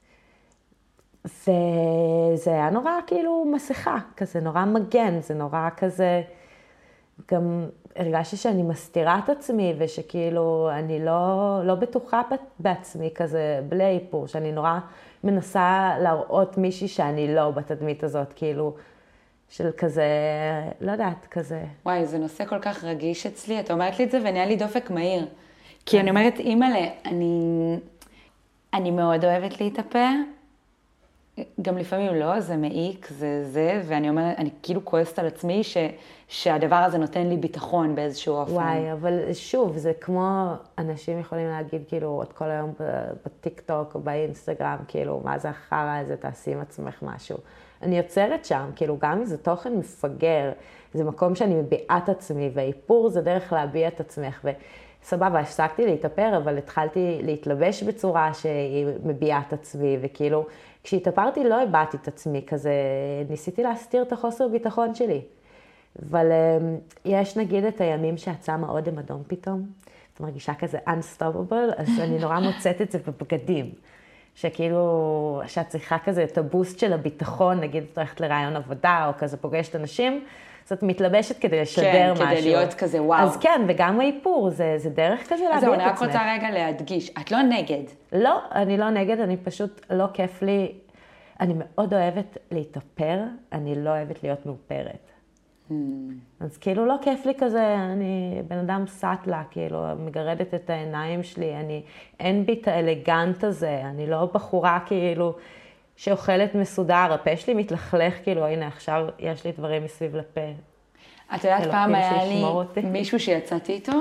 וזה היה נורא כאילו מסכה, כזה נורא מגן, זה נורא כזה... גם הרגשתי שאני מסתירה את עצמי, ושכאילו אני לא, לא בטוחה בעצמי כזה, בלי איפור, שאני נורא מנסה להראות מישהי שאני לא בתדמית הזאת, כאילו, של כזה, לא יודעת, כזה. וואי, זה נושא כל כך רגיש אצלי, את אומרת לי את זה ונהיה לי דופק מהיר. כי אני אומרת, אימא'לה, אני, אני מאוד אוהבת להתאפר, גם לפעמים לא, זה מעיק, זה זה, ואני אומרת, אני כאילו כועסת על עצמי ש, שהדבר הזה נותן לי ביטחון באיזשהו אופן. וואי, אבל שוב, זה כמו אנשים יכולים להגיד, כאילו, את כל היום בטיק טוק או באינסטגרם, כאילו, מה זה החרא הזה, תעשי עם עצמך משהו. אני יוצרת שם, כאילו, גם אם זה תוכן מפגר, זה מקום שאני מביעה את עצמי, והאיפור זה דרך להביע את עצמך, וסבבה, הפסקתי להתאפר, אבל התחלתי להתלבש בצורה שהיא מביעה את עצמי, וכאילו, כשהתאפרתי לא הבאתי את עצמי כזה, ניסיתי להסתיר את החוסר ביטחון שלי. אבל יש נגיד את הימים שאת שמה אודם אדום פתאום, את מרגישה כזה unstoppable, אז אני נורא מוצאת את זה בבגדים. שכאילו, שאת צריכה כזה את הבוסט של הביטחון, נגיד את הולכת לרעיון עבודה, או כזה פוגשת אנשים, אז את מתלבשת כדי לשדר כן, משהו. כן, כדי להיות כזה וואו. אז כן, וגם האיפור, זה, זה דרך כזה להביא את עצמך. אז אני רק רוצה רגע להדגיש, את לא נגד. לא, אני לא נגד, אני פשוט לא כיף לי, אני מאוד אוהבת להתאפר, אני לא אוהבת להיות מאופרת. Hmm. אז כאילו לא כיף לי כזה, אני בן אדם סטלה, כאילו מגרדת את העיניים שלי, אני, אין בי את האלגנט הזה, אני לא בחורה כאילו שאוכלת מסודר, הפה שלי מתלכלך, כאילו הנה עכשיו יש לי דברים מסביב לפה. את יודעת, פעם היה לי מישהו שיצאתי איתו,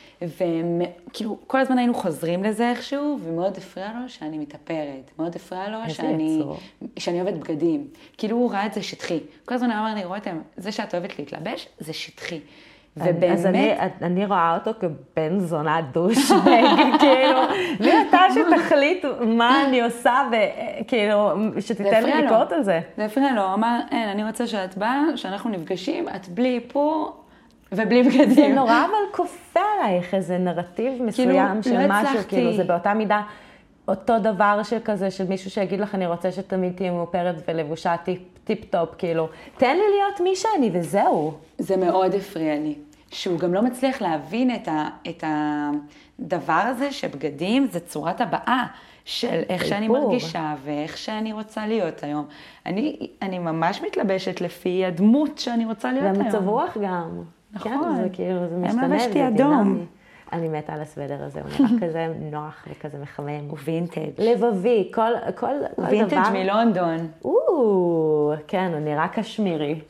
וכאילו כל הזמן היינו חוזרים לזה איכשהו, ומאוד הפריע לו שאני מתאפרת, מאוד הפריע לו שאני, שאני אוהבת בגדים. כאילו הוא ראה את זה שטחי. כל הזמן אמר לי, רותם, זה שאת אוהבת להתלבש, זה שטחי. ובאמת... אז אני, אני רואה אותו כבן זונה דושבג, כאילו, מי אתה שתחליט מה אני עושה, וכאילו, שתיתן לי ביקורת על זה. זה הפריע לו, הוא אמר, אין, אני רוצה שאת באה, שאנחנו נפגשים, את בלי איפור, ובלי בגדים. זה נורא אבל כופה עלייך איזה נרטיב מסוים של משהו, כאילו זה באותה מידה אותו דבר שכזה, של מישהו שיגיד לך, אני רוצה שתמיד תהיה מאופרת ולבושה טיפ-טופ, כאילו, תן לי להיות מי שאני וזהו. זה מאוד הפריע לי, שהוא גם לא מצליח להבין את, ה, את הדבר הזה שבגדים זה צורת הבאה של איך שאני מרגישה ואיך שאני רוצה להיות היום. אני, אני ממש מתלבשת לפי הדמות שאני רוצה להיות היום. ומצב רוח גם. נכון. כן, זה כאילו, זה משתנה, זה דינמי. אני מתה על הסוודר הזה, הוא נראה כזה נוח וכזה מחמם. הוא וינטג'. לבבי, כל, כל, כל דבר. וינטג' מלונדון. או, כן, הוא נראה קשמירי.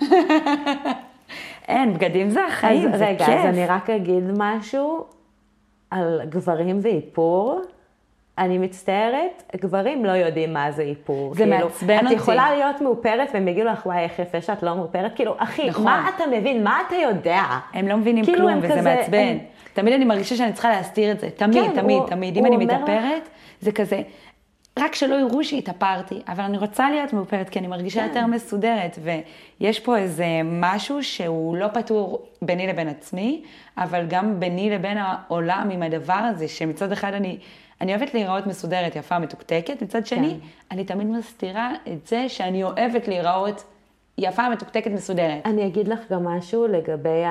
אין, בגדים זה החיים, זה רגע, כיף. אז אני רק אגיד משהו על גברים ואיפור. אני מצטערת, גברים לא יודעים מה זה איפור. זה כאילו, מעצבן אותי. את יכולה להיות מאופרת והם יגידו לך, וואי, איך יפה שאת לא מאופרת. כאילו, אחי, נכון. מה אתה מבין? מה אתה יודע? הם לא מבינים כאילו כלום, וזה כזה, מעצבן. הם... תמיד אני מרגישה שאני צריכה להסתיר את זה. תמיד, כן, תמיד, הוא, תמיד. הוא אם אני מתאפרת, לך... זה כזה, רק שלא יראו שהתאפרתי, אבל אני רוצה להיות מאופרת, כי אני מרגישה כן. יותר מסודרת. ויש פה איזה משהו שהוא לא פתור ביני לבין עצמי, אבל גם ביני לבין העולם עם הדבר הזה, שמצד אחד אני... אני אוהבת להיראות מסודרת, יפה, מתוקתקת, מצד שני, כן. אני תמיד מסתירה את זה שאני אוהבת להיראות יפה, מתוקתקת, מסודרת. אני אגיד לך גם משהו לגבי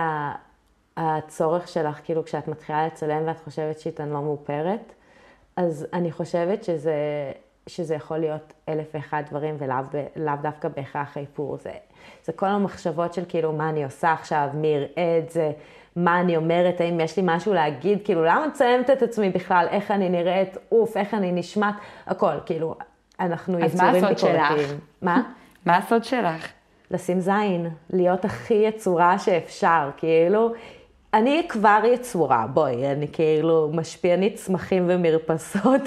הצורך שלך, כאילו כשאת מתחילה לצלם ואת חושבת שאיתן לא מאופרת, אז אני חושבת שזה, שזה יכול להיות אלף ואחד דברים, ולאו דווקא בהכרח האיפור. זה, זה כל המחשבות של כאילו מה אני עושה עכשיו, מי יראה את זה, מה אני אומרת, האם יש לי משהו להגיד, כאילו, למה מציימת את עצמי בכלל, איך אני נראית, אוף, איך אני נשמעת, הכל, כאילו, אנחנו יצורים ביקורתיים. אז מה הסוד שלך? מה? מה הסוד שלך? לשים זין, להיות הכי יצורה שאפשר, כאילו, אני כבר יצורה, בואי, אני כאילו משפיענית צמחים ומרפסות.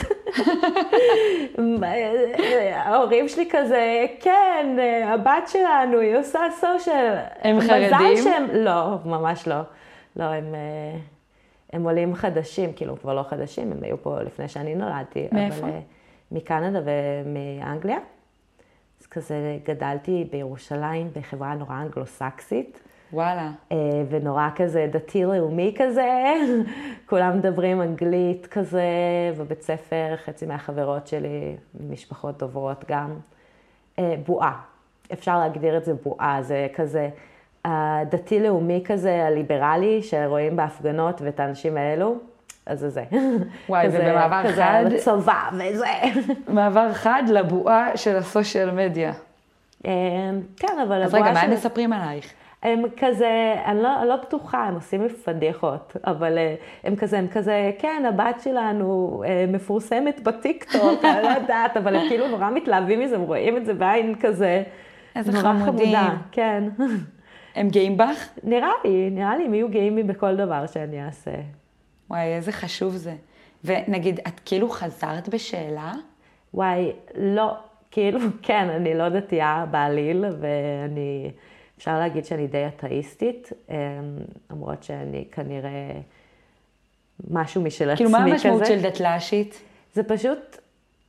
ההורים שלי כזה, כן, הבת שלנו, היא עושה סושיאל. הם חרדים? שהם, לא, ממש לא. לא, הם, הם עולים חדשים, כאילו כבר לא חדשים, הם היו פה לפני שאני נולדתי. מאיפה? אבל מקנדה ומאנגליה. אז כזה גדלתי בירושלים בחברה נורא אנגלוסקסית. וואלה. ונורא כזה דתי לאומי כזה, כולם מדברים אנגלית כזה, בבית ספר, חצי מהחברות שלי, משפחות דוברות גם. בועה, אפשר להגדיר את זה בועה, זה כזה הדתי לאומי כזה, הליברלי, שרואים בהפגנות ואת האנשים האלו, אז זה זה. וואי, כזה, ובמעבר כזה חד, צבא וזה. מעבר חד לבועה של הסושיאל מדיה. כן, אבל אז רגע, מה הם מספרים עלייך? הם כזה, אני לא, לא בטוחה, הם עושים פדיחות, אבל הם כזה, הם כזה, כן, הבת שלנו מפורסמת בטיקטוק, אני לא יודעת, אבל הם כאילו נורא מתלהבים מזה, הם רואים את זה בעין כזה. איזה חמודים. כן. הם גאים בך? נראה לי, נראה לי הם יהיו גאים בי בכל דבר שאני אעשה. וואי, איזה חשוב זה. ונגיד, את כאילו חזרת בשאלה? וואי, לא, כאילו, כן, אני לא דתייה בעליל, ואני... אפשר להגיד שאני די אתאיסטית, למרות שאני כנראה משהו משל עצמי כזה. כאילו, מה המשמעות של דתל"שית? זה פשוט,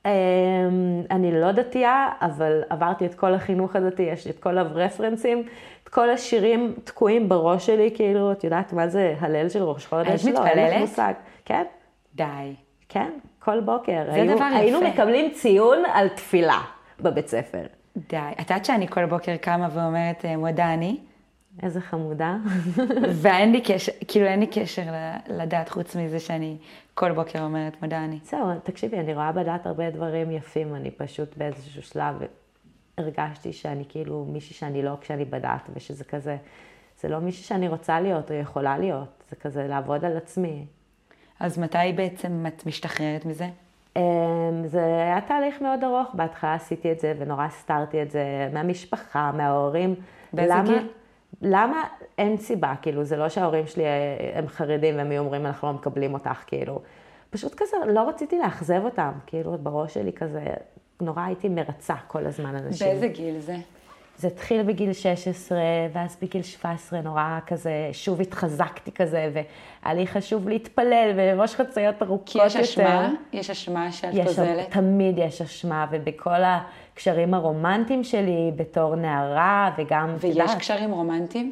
אני לא דתייה, אבל עברתי את כל החינוך הדתי, יש לי את כל הרפרנסים, את כל השירים תקועים בראש שלי, כאילו, את יודעת מה זה הלל של ראש חודש? היית מתפללת? לא, אין לך מושג. כן? די. כן, כל בוקר. זה היינו, דבר יפה. היינו מקבלים ציון על תפילה בבית ספר. די. את יודעת שאני כל בוקר קמה ואומרת, מודה אני? איזה חמודה. ואין לי קשר, כאילו אין לי קשר לדעת חוץ מזה שאני כל בוקר אומרת מודה אני. זהו, תקשיבי, אני רואה בדעת הרבה דברים יפים, אני פשוט באיזשהו שלב הרגשתי שאני כאילו מישהי שאני לא כשאני בדעת, ושזה כזה, זה לא מישהי שאני רוצה להיות או יכולה להיות, זה כזה לעבוד על עצמי. אז מתי בעצם את משתחררת מזה? זה היה תהליך מאוד ארוך, בהתחלה עשיתי את זה ונורא סתרתי את זה מהמשפחה, מההורים. באיזה למה? גיל? למה? אין סיבה, כאילו, זה לא שההורים שלי הם חרדים והם אומרים, אנחנו לא מקבלים אותך, כאילו. פשוט כזה, לא רציתי לאכזב אותם, כאילו, בראש שלי כזה, נורא הייתי מרצה כל הזמן אנשים. באיזה גיל זה? זה התחיל בגיל שש עשרה, ואז בגיל שבע עשרה נורא כזה, שוב התחזקתי כזה, והיה לי חשוב להתפלל, ולמוש חציות ארוכות יותר. כי יש אשמה? יש אשמה שאת פוזלת? תמיד יש אשמה, ובכל הקשרים הרומנטיים שלי, בתור נערה, וגם... ויש תדעת, קשרים רומנטיים?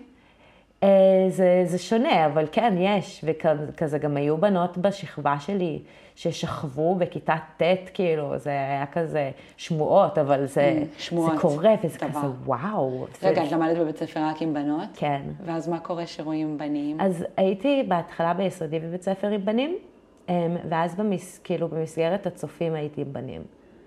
זה, זה שונה, אבל כן, יש, וכזה גם היו בנות בשכבה שלי, ששכבו בכיתה ט', כאילו, זה היה כזה שמועות, אבל זה, שמועות, זה קורה, וזה דבר. כזה וואו. רגע, זה... את למדת בבית ספר רק עם בנות? כן. ואז מה קורה שרואים בנים? אז הייתי בהתחלה ביסודי בבית ספר עם בנים, ואז במס, כאילו, במסגרת הצופים הייתי עם בנים.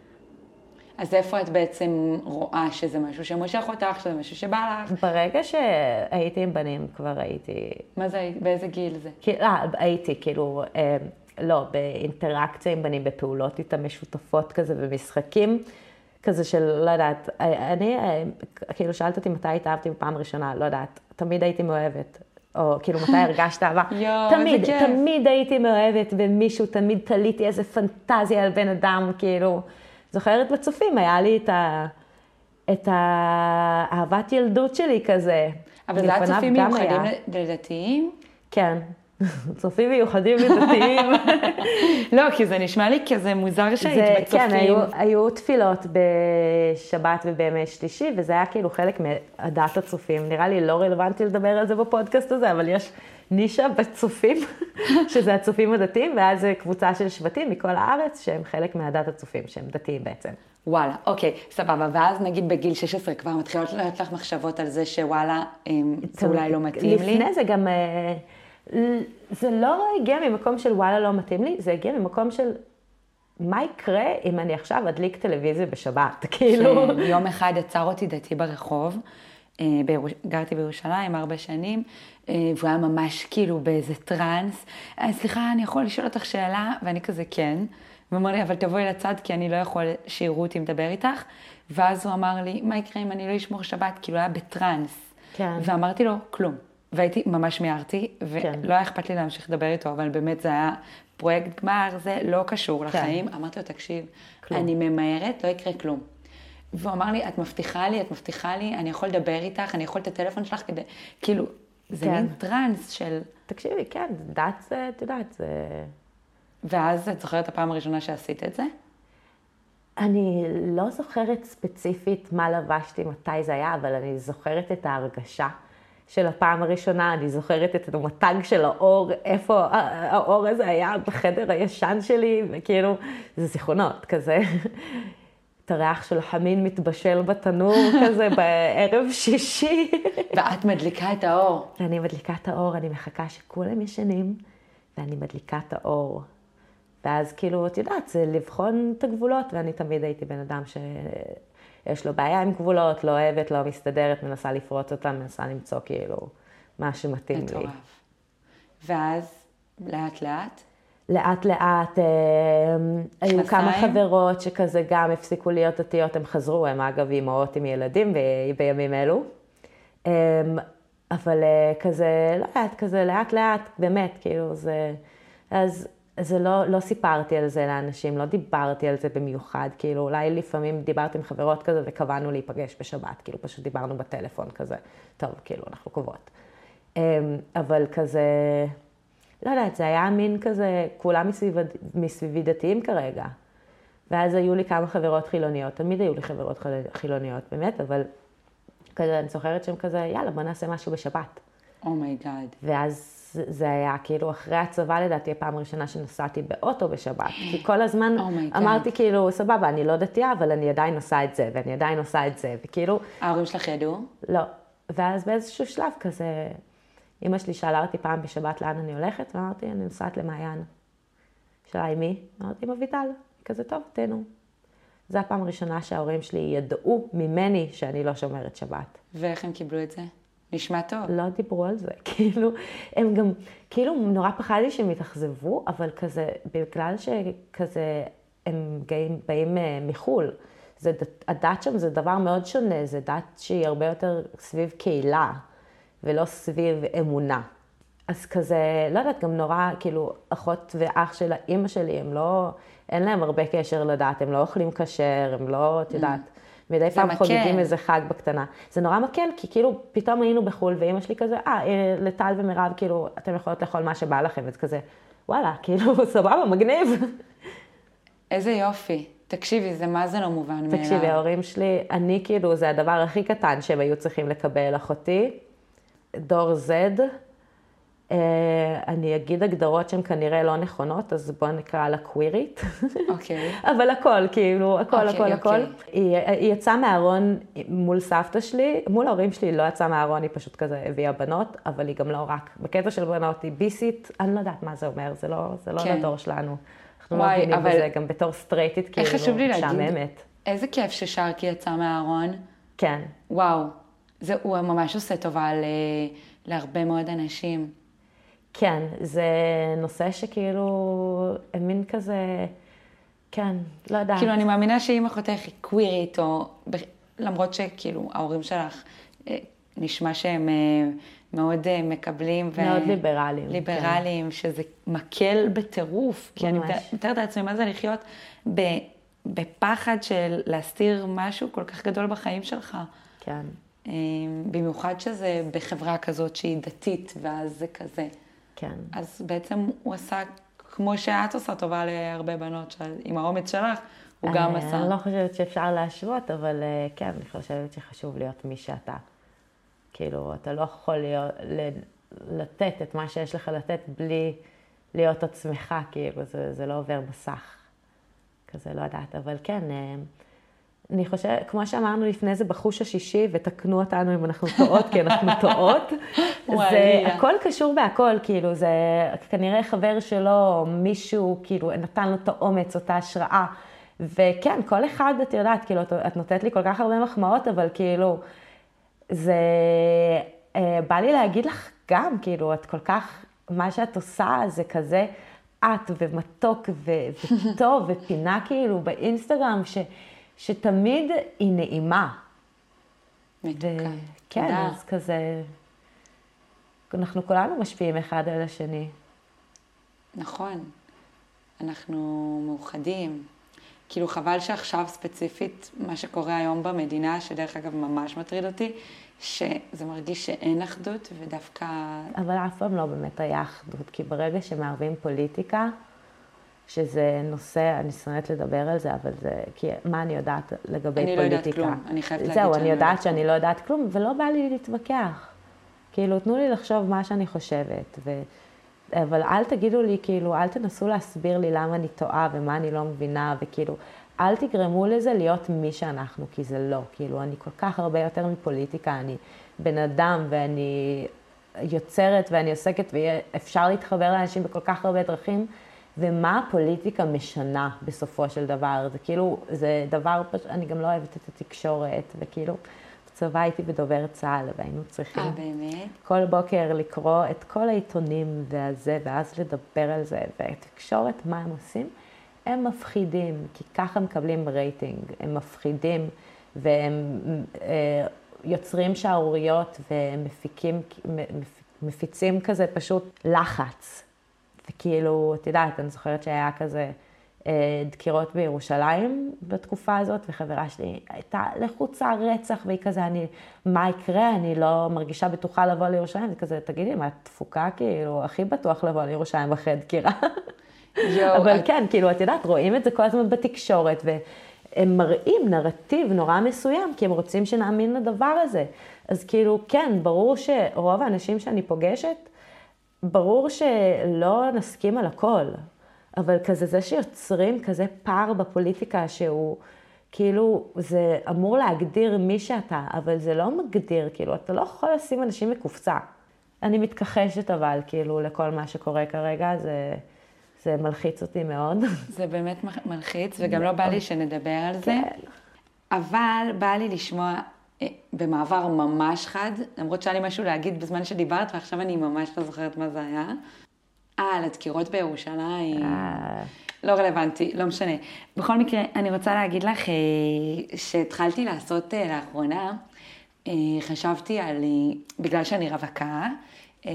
אז איפה את בעצם רואה שזה משהו שמושך אותך, שזה משהו שבא לך? ברגע שהייתי עם בנים כבר הייתי... מה זה, באיזה גיל זה? אה, הייתי, כאילו... לא, באינטראקציה עם בנים, בפעולות איתם משותפות כזה, במשחקים כזה של, לא יודעת, אני, כאילו שאלת אותי מתי התאהבתי בפעם ראשונה, לא יודעת, תמיד הייתי מאוהבת, או כאילו מתי הרגשת אהבה, תמיד, תמיד הייתי מאוהבת במישהו, תמיד תליתי איזה פנטזיה על בן אדם, כאילו, זוכרת בצופים, היה לי את ה... את האהבת ילדות שלי כזה. אבל זה היה צופים מיוחדים לדתיים? כן. צופים מיוחדים לדתיים. לא, כי זה נשמע לי כזה מוזר שהיית בצופים. כן, היו, היו תפילות בשבת ובימי שלישי, וזה היה כאילו חלק מהדת הצופים. נראה לי לא רלוונטי לדבר על זה בפודקאסט הזה, אבל יש נישה בצופים, שזה הצופים הדתיים, ואז זה קבוצה של שבטים מכל הארץ, שהם חלק מהדת הצופים, שהם דתיים בעצם. וואלה, אוקיי, סבבה. ואז נגיד בגיל שש עשרה כבר מתחילות להיות לך מחשבות על זה שוואלה, זה אולי לא מתאים לי. לפני זה גם... זה לא הגיע ממקום של וואלה לא מתאים לי, זה הגיע ממקום של מה יקרה אם אני עכשיו אדליק טלוויזיה בשבת, כאילו. יום אחד עצר אותי דתי ברחוב, גרתי בירושלים הרבה שנים, והוא היה ממש כאילו באיזה טרנס, סליחה, אני יכול לשאול אותך שאלה? ואני כזה כן, והוא אמר לי, אבל תבואי לצד כי אני לא יכול שיראו אותי מדבר איתך, ואז הוא אמר לי, מה יקרה אם אני לא אשמור שבת? כאילו היה בטרנס, כן. ואמרתי לו, כלום. והייתי ממש מיהרתי, ולא כן. היה אכפת לי להמשיך לדבר איתו, אבל באמת זה היה פרויקט גמר, זה לא קשור כן. לחיים. אמרתי לו, תקשיב, כלום. אני ממהרת, לא יקרה כלום. והוא אמר לי, את מבטיחה לי, את מבטיחה לי, אני יכול לדבר איתך, אני יכול את הטלפון שלך כדי, כאילו, זה כן. מין טרנס של... תקשיבי, כן, דת זה, את יודעת, זה... ואז את זוכרת הפעם הראשונה שעשית את זה? אני לא זוכרת ספציפית מה לבשתי, מתי זה היה, אבל אני זוכרת את ההרגשה. של הפעם הראשונה, אני זוכרת את המותג של האור, איפה האור הזה היה בחדר הישן שלי, וכאילו, זה זיכרונות כזה. את הריח של חמין מתבשל בתנור כזה בערב שישי. ואת מדליקה את האור. אני מדליקה את האור, אני מחכה שכולם ישנים, ואני מדליקה את האור. ואז כאילו, את יודעת, זה לבחון את הגבולות, ואני תמיד הייתי בן אדם ש... יש לו בעיה עם גבולות, לא אוהבת, לא מסתדרת, מנסה לפרוץ אותה, מנסה למצוא כאילו מה שמתאים לי. ואז לאט לאט? לאט לאט, אה, היו כמה חברות שכזה גם הפסיקו להיות דתיות, הם חזרו, הם אגב אימהות עם ילדים בימים אלו. אה, אבל אה, כזה, לא לאט, כזה לאט לאט, באמת, כאילו זה... אז... זה לא, לא סיפרתי על זה לאנשים, לא דיברתי על זה במיוחד, כאילו אולי לפעמים דיברתי עם חברות כזה וקבענו להיפגש בשבת, כאילו פשוט דיברנו בטלפון כזה, טוב, כאילו אנחנו קובעות. אבל כזה, לא יודעת, זה היה מין כזה, כולם מסביב, מסביבי דתיים כרגע. ואז היו לי כמה חברות חילוניות, תמיד היו לי חברות חילוניות, באמת, אבל כזה, אני זוכרת שהם כזה, יאללה, בוא נעשה משהו בשבת. אומייגאד. ואז זה היה כאילו אחרי הצבא, לדעתי, הפעם הראשונה שנסעתי באוטו בשבת. כי כל הזמן Oh אמרתי כאילו, סבבה, אני לא דתייה, אבל אני עדיין עושה את זה, ואני עדיין עושה את זה, וכאילו... ההורים שלך ידעו? לא. ואז באיזשהו שלב כזה, אמא שלי שאלה אותי פעם בשבת לאן אני הולכת, ואמרתי, אני נוסעת למעיין. שאלה עם מי? אמרתי, עם אביטל. כזה טוב, תנו. זו הפעם הראשונה שההורים שלי ידעו ממני שאני לא שומרת שבת. ואיך הם קיבלו את זה? נשמע טוב. לא דיברו על זה, כאילו, הם גם, כאילו, נורא פחדתי שהם יתאכזבו, אבל כזה, בגלל שכזה, הם גאים, באים מחול, זה, הדת שם זה דבר מאוד שונה, זה דת שהיא הרבה יותר סביב קהילה, ולא סביב אמונה. אז כזה, לא יודעת, גם נורא, כאילו, אחות ואח של האמא שלי, הם לא, אין להם הרבה קשר לדת, הם לא אוכלים כשר, הם לא, את יודעת, מדי פעם חוגגים איזה חג בקטנה. זה נורא מקל, כי כאילו פתאום היינו בחול, ואמא שלי כזה, אה, לטל ומירב, כאילו, אתם יכולות לאכול מה שבא לכם, וזה כזה, וואלה, כאילו, סבבה, מגניב. איזה יופי. תקשיבי, זה מה זה לא מובן מאליו. תקשיבי, ההורים שלי, אני כאילו, זה הדבר הכי קטן שהם היו צריכים לקבל, אחותי, דור Z, אני אגיד הגדרות שהן כנראה לא נכונות, אז בואו נקרא לה קווירית. אוקיי. אבל הכל, כאילו, הכל, הכל, הכל. היא יצאה מהארון מול סבתא שלי, מול ההורים שלי לא יצאה מהארון, היא פשוט כזה הביאה בנות, אבל היא גם לא רק. בקטע של בנות היא ביסית, אני לא יודעת מה זה אומר, זה לא לדור שלנו. אנחנו לא מבינים בזה, גם בתור סטרייטית, כאילו, משעממת. איזה כיף ששרקי יצא מהארון. כן. וואו, הוא ממש עושה טובה להרבה מאוד אנשים. כן, זה נושא שכאילו, מין כזה, כן, לא יודעת. כאילו, אני מאמינה שאם אחותך היא קווירית, או למרות שכאילו, ההורים שלך, נשמע שהם מאוד מקבלים. מאוד ו... ליברליים. ליברליים, כן. שזה מקל בטירוף. כי ממש. אני מתארת לעצמי מה זה לחיות ב... בפחד של להסתיר משהו כל כך גדול בחיים שלך. כן. במיוחד שזה בחברה כזאת שהיא דתית, ואז זה כזה. כן. אז בעצם הוא עשה, כמו שאת עושה טובה להרבה בנות, עם האומץ שלך, הוא גם עשה. אני לא חושבת שאפשר להשוות, אבל כן, אני חושבת שחשוב להיות מי שאתה. כאילו, אתה לא יכול להיות, לתת את מה שיש לך לתת בלי להיות עצמך, כאילו, זה, זה לא עובר מסך. כזה, לא יודעת, אבל כן, אני חושבת, כמו שאמרנו לפני זה בחוש השישי, ותקנו אותנו אם אנחנו טועות, כי אנחנו טועות. זה הכל קשור בהכל, כאילו, זה כנראה חבר שלו, מישהו, כאילו, נתן לו את האומץ, אותה השראה. וכן, כל אחד, את יודעת, כאילו, את נותנת לי כל כך הרבה מחמאות, אבל כאילו, זה, בא לי להגיד לך גם, כאילו, את כל כך, מה שאת עושה זה כזה, את ומתוק וטוב ופינה, כאילו, באינסטגרם, ש... שתמיד היא נעימה. מתוקה. כן, אז כזה, אנחנו כולנו משפיעים אחד על השני. נכון. אנחנו מאוחדים. כאילו חבל שעכשיו ספציפית, מה שקורה היום במדינה, שדרך אגב ממש מטריד אותי, שזה מרגיש שאין אחדות ודווקא... אבל אף פעם לא באמת היה אחדות, כי ברגע שמערבים פוליטיקה, שזה נושא, אני שונאת לדבר על זה, אבל זה, כי מה אני יודעת לגבי אני פוליטיקה? אני לא יודעת כלום, אני חייבת להגיד זהו, אני יודעת שאני לא יודעת כלום, ולא בא לי להתווכח. כאילו, תנו לי לחשוב מה שאני חושבת, ו... אבל אל תגידו לי, כאילו, אל תנסו להסביר לי למה אני טועה ומה אני לא מבינה, וכאילו, אל תגרמו לזה להיות מי שאנחנו, כי זה לא. כאילו, אני כל כך הרבה יותר מפוליטיקה, אני בן אדם ואני יוצרת ואני עוסקת, ואפשר להתחבר לאנשים בכל כך הרבה דרכים, ומה הפוליטיקה משנה בסופו של דבר. זה כאילו, זה דבר, אני גם לא אוהבת את התקשורת, וכאילו, בצבא הייתי בדובר צה"ל, והיינו צריכים אה, באמת? כל בוקר לקרוא את כל העיתונים והזה, ואז לדבר על זה, והתקשורת, מה הם עושים? הם מפחידים, כי ככה מקבלים רייטינג, הם מפחידים, והם אה, יוצרים שערוריות, והם מפיקים, מפיצים כזה פשוט לחץ. וכאילו, את יודעת, אני זוכרת שהיה כזה אה, דקירות בירושלים בתקופה הזאת, וחברה שלי הייתה לחוצה רצח, והיא כזה, אני, מה יקרה? אני לא מרגישה בטוחה לבוא לירושלים, וכזה, תגידי, מה, תפוקה כאילו, הכי בטוח לבוא לירושלים אחרי דקירה. אבל כן, כאילו, את יודעת, רואים את זה כל הזמן בתקשורת, והם מראים נרטיב נורא מסוים, כי הם רוצים שנאמין לדבר הזה. אז כאילו, כן, ברור שרוב האנשים שאני פוגשת, ברור שלא נסכים על הכל, אבל כזה זה שיוצרים כזה פער בפוליטיקה שהוא, כאילו, זה אמור להגדיר מי שאתה, אבל זה לא מגדיר, כאילו, אתה לא יכול לשים אנשים מקופצה. אני מתכחשת אבל, כאילו, לכל מה שקורה כרגע, זה, זה מלחיץ אותי מאוד. זה באמת מלחיץ, וגם לא בא לי שנדבר על זה. אבל בא לי לשמוע במעבר ממש חד, למרות שהיה לי משהו להגיד בזמן שדיברת, ועכשיו אני ממש לא זוכרת מה זה היה. אה, על הדקירות בירושלים. לא רלוונטי, לא משנה. בכל מקרה, אני רוצה להגיד לך שהתחלתי לעשות לאחרונה, חשבתי על, בגלל שאני רווקה, אז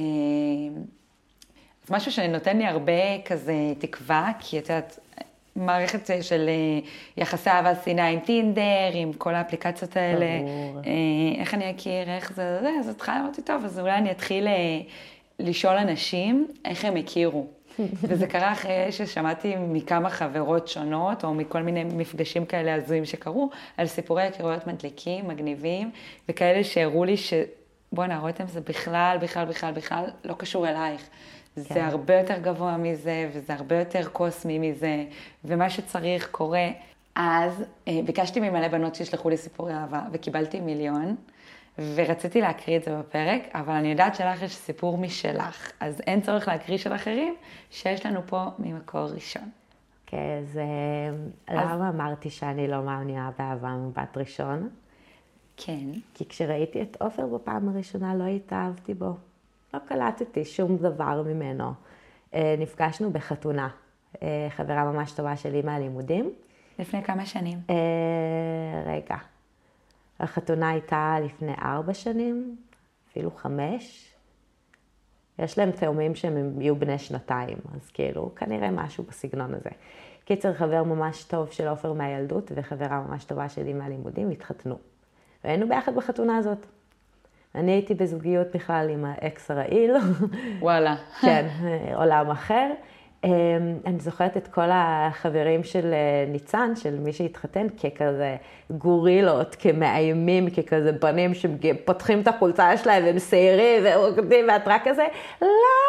משהו שנותן לי הרבה כזה תקווה, כי את יודעת, מערכת של יחסי אהבה שנאה עם טינדר, עם כל האפליקציות האלה, איך אני אכיר, איך זה, זה, אז התחלה אמרתי, טוב, אז אולי אני אתחיל לשאול אנשים איך הם הכירו. וזה קרה אחרי ששמעתי מכמה חברות שונות, או מכל מיני מפגשים כאלה הזויים שקרו, על סיפורי הכירויות מדליקים, מגניבים, וכאלה שהראו לי ש... בוא נערותם, זה בכלל, בכלל, בכלל, בכלל לא קשור אלייך. זה כן. הרבה יותר גבוה מזה, וזה הרבה יותר קוסמי מזה, ומה שצריך קורה. אז ביקשתי ממלא בנות שישלחו לי סיפורי אהבה, וקיבלתי מיליון, ורציתי להקריא את זה בפרק, אבל אני יודעת שלך יש סיפור משלך, אז אין צורך להקריא של אחרים, שיש לנו פה ממקור ראשון. כן, אז למה אמרתי שאני לא מאמינה באהבה מבט ראשון? כן. כי כשראיתי את עופר בפעם הראשונה לא התאהבתי בו. לא קלטתי שום דבר ממנו. נפגשנו בחתונה, חברה ממש טובה שלי מהלימודים. לפני כמה שנים? רגע. החתונה הייתה לפני ארבע שנים, אפילו חמש. יש להם תאומים שהם יהיו בני שנתיים, אז כאילו, כנראה משהו בסגנון הזה. קיצר, חבר ממש טוב של עופר מהילדות, וחברה ממש טובה שלי מהלימודים, התחתנו. והיינו ביחד בחתונה הזאת. אני הייתי בזוגיות בכלל עם האקס הרעיל. וואלה. כן, עולם אחר. אני זוכרת את כל החברים של ניצן, של מי שהתחתן, ככזה גורילות, כמאיימים, ככזה בנים שפותחים את החולצה שלהם והם סיירים ורוקדים והתראה כזה. לא!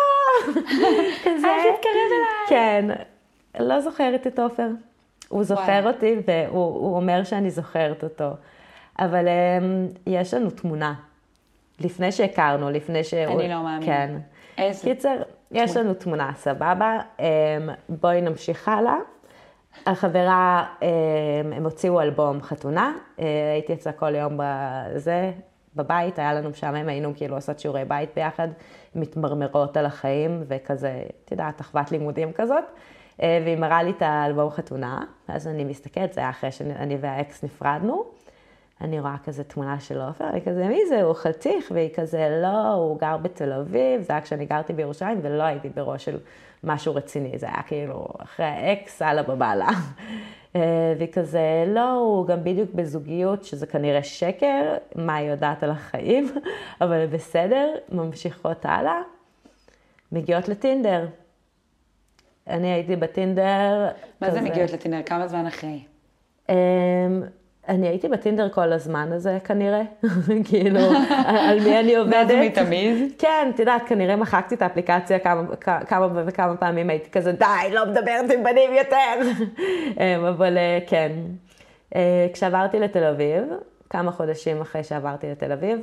כזה. אל תתקרב אליי. כן. לא זוכרת את עופר. הוא זוכר אותי והוא אומר שאני זוכרת אותו. אבל יש לנו תמונה. לפני שהכרנו, לפני ש... אני לא מאמינה. כן. איזה? קיצר, יש לנו תמונה, סבבה. בואי נמשיך הלאה. החברה, הם הוציאו אלבום חתונה. הייתי אצלה כל יום בזה, בבית. היה לנו משעמם, היינו כאילו עושות שיעורי בית ביחד, מתמרמרות על החיים, וכזה, אתה יודע, תחוות לימודים כזאת. והיא מראה לי את האלבום חתונה. אז אני מסתכלת, זה היה אחרי שאני והאקס נפרדנו. אני רואה כזה תמונה של עופר, אני כזה, מי זה? הוא חתיך, והיא כזה, לא, הוא גר בתל אביב, זה היה כשאני גרתי בירושלים, ולא הייתי בראש של משהו רציני, זה היה כאילו אחרי האקס, הלאה בבעלה. והיא כזה, לא, הוא גם בדיוק בזוגיות, שזה כנראה שקר, מה היא יודעת על החיים, אבל בסדר, ממשיכות הלאה, מגיעות לטינדר. אני הייתי בטינדר. מה זה מגיעות לטינדר? כמה זמן אחרי? אני הייתי בטינדר כל הזמן הזה, כנראה. כאילו, על מי אני עובדת. מה זה מתמיד? כן, את יודעת, כנראה מחקתי את האפליקציה כמה, כמה וכמה פעמים, הייתי כזה, די, לא מדברת עם בנים יותר. אבל כן. כשעברתי לתל אביב, כמה חודשים אחרי שעברתי לתל אביב,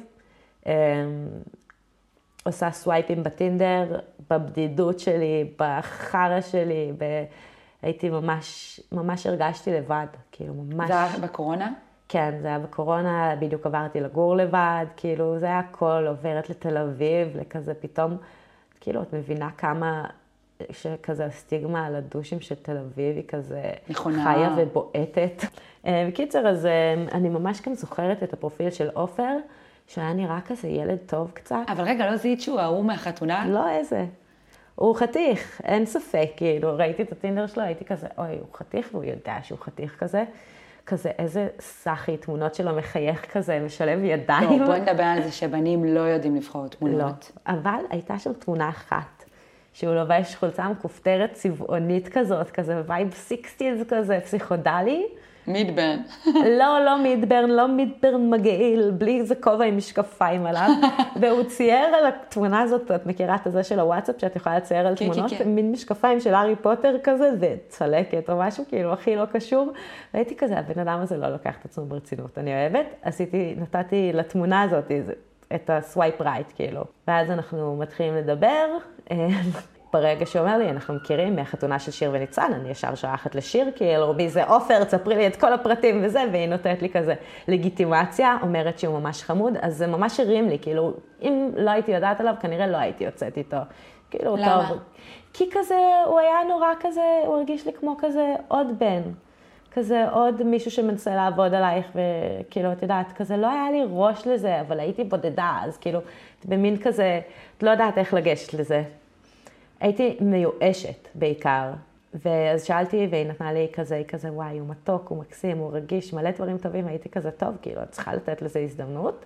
עושה סווייפים בטינדר, בבדידות שלי, בחרה שלי, ב... הייתי ממש, ממש הרגשתי לבד, כאילו ממש... זה היה בקורונה? כן, זה היה בקורונה, בדיוק עברתי לגור לבד, כאילו זה היה הכל, עוברת לתל אביב, לכזה פתאום, כאילו את מבינה כמה, שכזה הסטיגמה על הדושים של תל אביב, היא כזה נכונה. חיה ובועטת. בקיצר, אז אני ממש גם זוכרת את הפרופיל של עופר, שהיה נראה כזה ילד טוב קצת. אבל רגע, לא זיהית שהוא ההוא מהחתונה? לא, איזה. הוא חתיך, אין ספק, כאילו, ראיתי את הטינדר שלו, הייתי כזה, אוי, הוא חתיך, והוא יודע שהוא חתיך כזה, כזה איזה סחי, תמונות שלו מחייך כזה, משלב ידיים. לא, בואי נדבר על זה שבנים לא יודעים לבחור תמונות. לא, אבל הייתה שם תמונה אחת, שהוא לובש חולצה מכופתרת צבעונית כזאת, כזה וייב סיקסטיז כזה, פסיכודלי. מידברן. לא, לא מידברן, לא מידברן מגעיל, בלי איזה כובע עם משקפיים עליו. והוא צייר על התמונה הזאת, את מכירה את הזה של הוואטסאפ, שאת יכולה לצייר על תמונות, מין משקפיים של הארי פוטר כזה, וצלקת או משהו, כאילו הכי לא קשור. והייתי כזה, הבן אדם הזה לא לוקח את עצמו ברצינות, אני אוהבת. עשיתי, נתתי לתמונה הזאת את הסווייפ רייט, כאילו. ואז אנחנו מתחילים לדבר. ברגע שאומר לי, אנחנו מכירים מהחתונה של שיר וניצן, אני ישר שולחת לשיר, כאילו, מי זה עופר, תספרי לי את כל הפרטים וזה, והיא נותנת לי כזה לגיטימציה, אומרת שהוא ממש חמוד, אז זה ממש הרים לי, כאילו, אם לא הייתי יודעת עליו, כנראה לא הייתי יוצאת איתו. כאילו, למה? טוב, כי כזה, הוא היה נורא כזה, הוא הרגיש לי כמו כזה עוד בן, כזה עוד מישהו שמנסה לעבוד עלייך, וכאילו, את יודעת, כזה לא היה לי ראש לזה, אבל הייתי בודדה, אז כאילו, במין כזה, את לא יודעת איך לגשת לזה. הייתי מיואשת בעיקר, ואז שאלתי והיא נתנה לי כזה, היא כזה, וואי, הוא מתוק, הוא מקסים, הוא רגיש, מלא דברים טובים, הייתי כזה טוב, כאילו, את צריכה לתת לזה הזדמנות.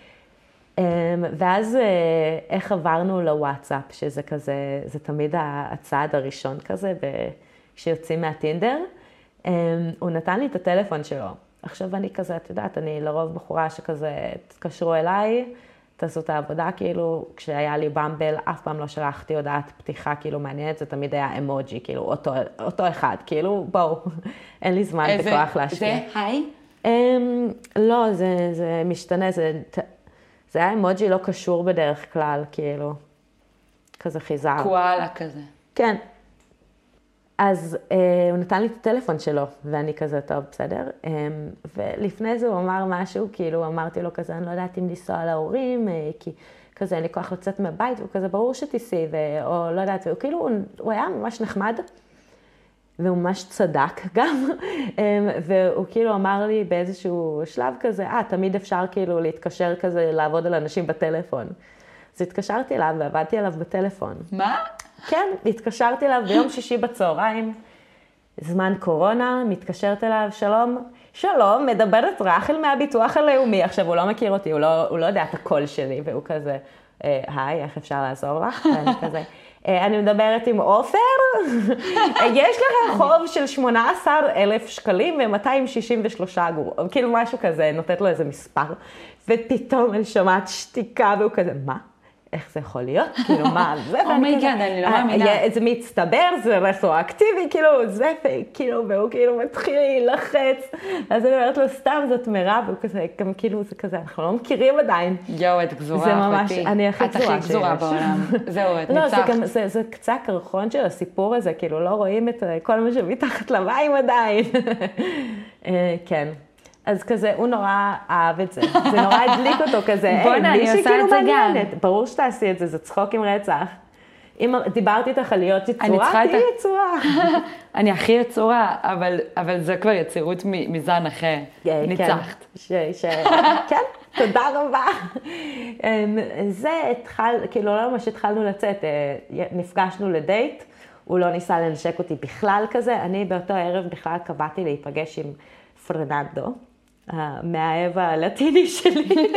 ואז איך עברנו לוואטסאפ, שזה כזה, זה תמיד הצעד הראשון כזה, כשיוצאים מהטינדר, הוא נתן לי את הטלפון שלו. עכשיו אני כזה, את יודעת, אני לרוב בחורה שכזה, תתקשרו אליי, תעשו את העבודה, כאילו, כשהיה לי במבל, אף פעם לא שלחתי הודעת פתיחה, כאילו, מעניינת, זה תמיד היה אמוג'י, כאילו, אותו, אותו אחד, כאילו, בואו, אין לי זמן וכוח להשקיע. זה היי? Um, לא, זה, זה משתנה, זה, זה היה אמוג'י לא קשור בדרך כלל, כאילו, כזה חיזר. קואלה כזה. כן. אז uh, הוא נתן לי את הטלפון שלו, ואני כזה, טוב, בסדר. Um, ולפני זה הוא אמר משהו, כאילו אמרתי לו כזה, אני לא יודעת אם לנסוע להורים, uh, כי כזה אין לי כוח לצאת מהבית, והוא כזה ברור שתיסי, ו... או לא יודעת, והוא כאילו, הוא, הוא היה ממש נחמד, והוא ממש צדק גם, um, והוא כאילו אמר לי באיזשהו שלב כזה, אה, תמיד אפשר כאילו להתקשר כזה, לעבוד על אנשים בטלפון. אז התקשרתי אליו ועבדתי עליו בטלפון. מה? כן, התקשרתי אליו ביום שישי בצהריים, זמן קורונה, מתקשרת אליו, שלום, שלום, מדברת רחל מהביטוח הלאומי. עכשיו, הוא לא מכיר אותי, הוא לא, הוא לא יודע את הקול שלי, והוא כזה, היי, איך אפשר לעזור לך? ואני כזה, אני מדברת עם עופר, יש לך חוב של שמונה עשר אלף שקלים ו-מאתיים שישים ושלוש אגורות, כאילו משהו כזה, נותנת לו איזה מספר, ופתאום אני שומעת שתיקה, והוא כזה, מה? איך זה יכול להיות? כאילו, מה זה? אומייגאד, אני לא מאמינה. זה מצטבר, זה רטרואקטיבי, כאילו, זה פייק, כאילו, והוא כאילו מתחיל להילחץ. אז אני אומרת לו, סתם, זאת מירב, והוא כזה, גם כאילו, זה כזה, אנחנו לא מכירים עדיין. יואו, את גזורה, זה ממש, אני הכי גזורה שיש. את הכי גזורה בעולם. זהו, את ניצחת. לא, זה גם, זה קצה קרחון של הסיפור הזה, כאילו, לא רואים את כל מה שמתחת למים עדיין. כן. אז כזה, הוא נורא אהב את זה. זה נורא הדליק אותו כזה. בוא'נה, אני עושה את זה גם. ברור שתעשי את זה, זה צחוק עם רצח. אם דיברתי איתך על להיות יצורה, תהיי יצורה. אני הכי יצורה, אבל זה כבר יצירות מזן אחר. ניצחת. כן, תודה רבה. זה התחל, כאילו לא ממש התחלנו לצאת, נפגשנו לדייט, הוא לא ניסה לנשק אותי בכלל כזה, אני באותו ערב בכלל קבעתי להיפגש עם פרננדו, המאהב הלטיני שלי.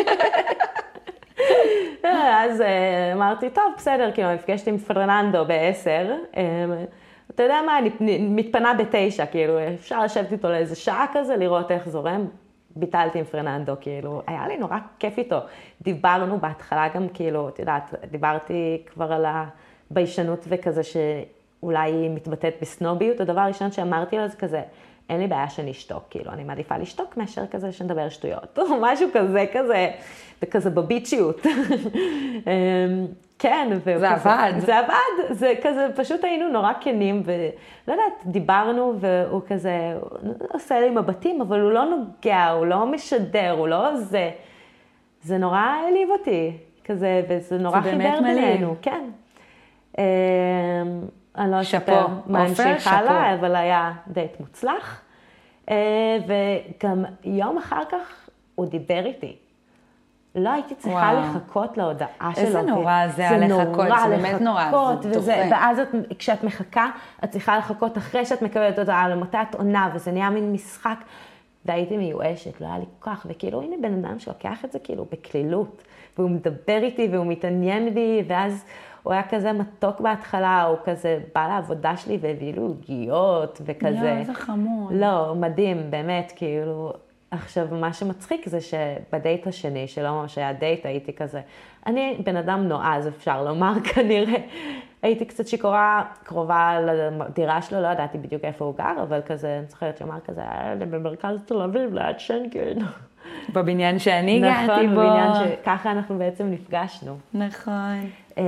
אז אמרתי, טוב, בסדר, כאילו, נפגשתי עם פרננדו בעשר. אתה יודע מה, אני מתפנה בתשע, כאילו, אפשר לשבת איתו לאיזה שעה כזה, לראות איך זורם. ביטלתי עם פרננדו, כאילו, היה לי נורא כיף איתו. דיברנו בהתחלה גם, כאילו, את יודעת, דיברתי כבר על הביישנות וכזה שאולי היא מתבטאת בסנוביות. הדבר הראשון שאמרתי לו זה כזה, אין לי בעיה שאני אשתוק, כאילו, אני מעדיפה לשתוק מאשר כזה שנדבר שטויות, או משהו כזה, כזה, וכזה בביצ'יות. כן, זה עבד. זה עבד, זה כזה, פשוט היינו נורא כנים, ולא יודעת, דיברנו, והוא כזה, הוא עושה לי מבטים, אבל הוא לא נוגע, הוא לא משדר, הוא לא זה, זה נורא העליב אותי, כזה, וזה נורא חיבר בינינו, כן. אני לא אספר מה המשיך הלאה, אבל היה דייט מוצלח. וגם יום אחר כך הוא דיבר איתי. לא הייתי צריכה לחכות להודעה שלו. איזה נורא זה לחכות, זה באמת נורא. ואז כשאת מחכה, את צריכה לחכות אחרי שאת מקבלת הודעה, למתי את עונה, וזה נהיה מין משחק. והייתי מיואשת, לא היה לי כל כך, וכאילו, הנה בן אדם שלוקח את זה כאילו בכלילות, והוא מדבר איתי והוא מתעניין בי, ואז הוא היה כזה מתוק בהתחלה, הוא כזה בא לעבודה שלי והביא לו עוגיות וכזה. לא, איזה חמוד. לא, מדהים, באמת, כאילו, עכשיו, מה שמצחיק זה שבדייט השני, שלא ממש היה דייט, הייתי כזה, אני בן אדם נועז, אפשר לומר, כנראה, הייתי קצת שיכורה, קרובה לדירה שלו, לא ידעתי בדיוק איפה הוא גר, אבל כזה, אני זוכרת שאמר כזה, במרכז תל אביב, ליד שנקין. בבניין שאני הגעתי בו. נכון, בבניין שככה אנחנו בעצם נפגשנו. נכון.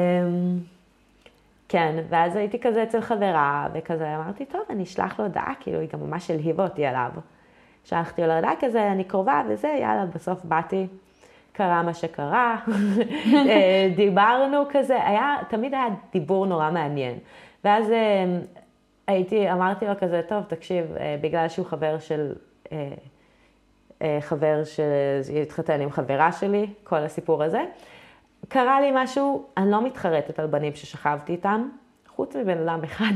כן, ואז הייתי כזה אצל חברה, וכזה אמרתי, טוב, אני אשלח לו הודעה, כאילו, היא גם ממש הלהיבה אותי עליו. שלחתי לו הודעה כזה, אני קרובה וזה, יאללה, בסוף באתי, קרה מה שקרה, דיברנו כזה, היה, תמיד היה דיבור נורא מעניין. ואז הייתי, אמרתי לו כזה, טוב, תקשיב, בגלל שהוא חבר של, חבר שהתחתן עם חברה שלי, כל הסיפור הזה, קרה לי משהו, אני לא מתחרטת על בנים ששכבתי איתם, חוץ מבן אדם אחד.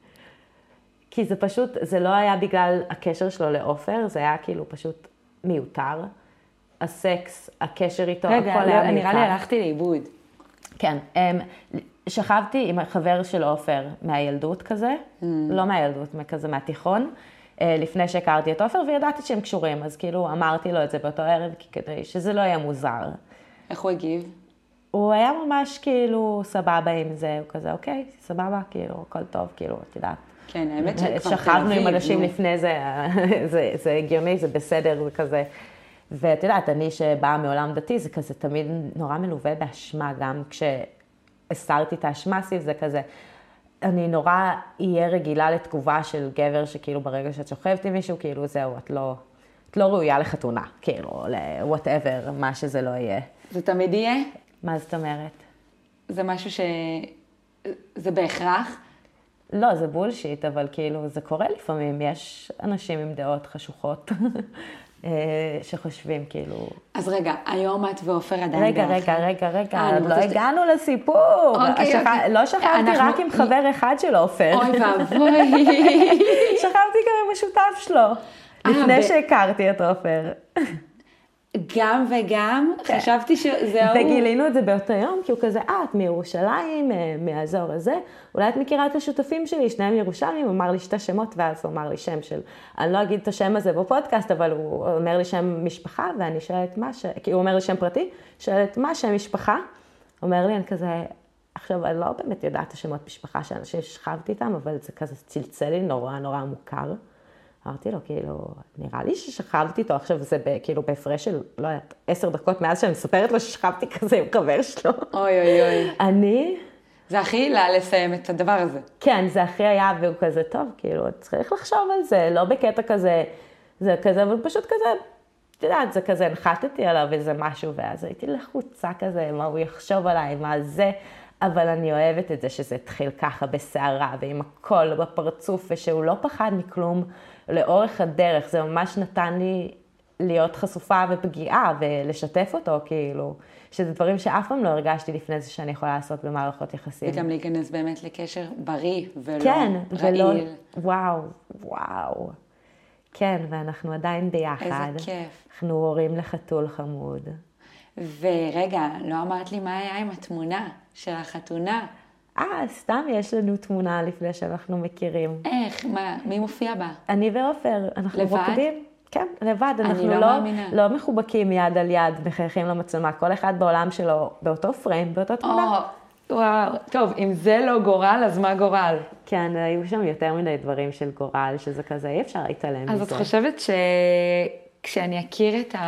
כי זה פשוט, זה לא היה בגלל הקשר שלו לאופר, זה היה כאילו פשוט מיותר. הסקס, הקשר איתו, רגע, הכל לא, היה מיותר. נראה לי הלכתי לאיבוד. כן, שכבתי עם חבר של אופר מהילדות כזה, mm. לא מהילדות, כזה מהתיכון, לפני שהכרתי את אופר, וידעתי שהם קשורים, אז כאילו אמרתי לו את זה באותו ערב, כדי שזה לא יהיה מוזר. איך הוא הגיב? הוא היה ממש כאילו סבבה עם זה, הוא כזה, אוקיי, סבבה, כאילו, הכל טוב, כאילו, את יודעת. כן, האמת שכבר תל אביב. שכבנו עם אנשים לפני זה, זה, זה הגיוני, זה בסדר, זה כזה. ואת יודעת, אני שבאה מעולם דתי, זה כזה תמיד נורא מלווה באשמה, גם כשהסרתי את האשמה סביב זה כזה. אני נורא אהיה רגילה לתגובה של גבר שכאילו ברגע שאת שוכבת עם מישהו, כאילו זהו, את לא, את לא ראויה לחתונה, כאילו, ל-whatever, מה שזה לא יהיה. זה תמיד יהיה? מה זאת אומרת? זה משהו ש... זה בהכרח? לא, זה בולשיט, אבל כאילו זה קורה לפעמים. יש אנשים עם דעות חשוכות שחושבים כאילו... אז רגע, היום את ואופר עדיין רגע, רגע, רגע, רגע, עוד לא הגענו לסיפור. לא שכבתי רק עם חבר אחד של אופר. אוי ואבוי. שכבתי גם עם השותף שלו, לפני שהכרתי את אופר. גם וגם, חשבתי שזהו. וגילינו את זה באותו יום, כי הוא כזה, אה, את מירושלים, מהאזור הזה, אולי את מכירה את השותפים שלי, שניהם ירושלים, הוא אמר לי שתי שמות, ואז הוא אמר לי שם של, אני לא אגיד את השם הזה בפודקאסט, אבל הוא אומר לי שם משפחה, ואני שואלת מה, ש... כי הוא אומר לי שם פרטי, שואלת מה שם משפחה, הוא אומר לי, אני כזה, עכשיו, אני לא באמת יודעת את השמות משפחה של אנשים ששכבתי איתם, אבל זה כזה צלצל לי נורא נורא מוכר. אמרתי לו, כאילו, נראה לי ששכבתי איתו, עכשיו זה כאילו בהפרש של, לא יודעת, עשר דקות מאז שאני מספרת לו ששכבתי כזה עם חבר שלו. אוי אוי אוי. אני... זה הכי לה לסיים את הדבר הזה. כן, זה הכי היה, והוא כזה טוב, כאילו, צריך לחשוב על זה, לא בקטע כזה, זה כזה, אבל פשוט כזה, את יודעת, זה כזה, נחתתי עליו איזה משהו, ואז הייתי לחוצה כזה, מה הוא יחשוב עליי, מה זה, אבל אני אוהבת את זה שזה התחיל ככה בסערה, ועם הכל בפרצוף, ושהוא לא פחד מכלום, לאורך הדרך, זה ממש נתן לי להיות חשופה ופגיעה ולשתף אותו, כאילו, שזה דברים שאף פעם לא הרגשתי לפני זה שאני יכולה לעשות במערכות יחסים. וגם להיכנס באמת לקשר בריא ולא כן, רעיל. ולא, וואו, וואו. כן, ואנחנו עדיין ביחד. איזה כיף. אנחנו הורים לחתול חמוד. ורגע, לא אמרת לי מה היה עם התמונה של החתונה. אה, סתם יש לנו תמונה לפני שאנחנו מכירים. איך? מה? מי מופיע בה? אני ואופר. אנחנו לבד? רוקדים. כן, לבד. אנחנו לא, לא, לא מחובקים יד על יד, מחייכים למצלמה. כל אחד בעולם שלו, באותו פריים, באותו תמונה. או, וואו. טוב, אם זה לא גורל, אז מה גורל? כן, היו שם יותר מדי דברים של גורל, שזה כזה, אי אפשר להתעלם מזה. אז את חושבת שכשאני אכיר את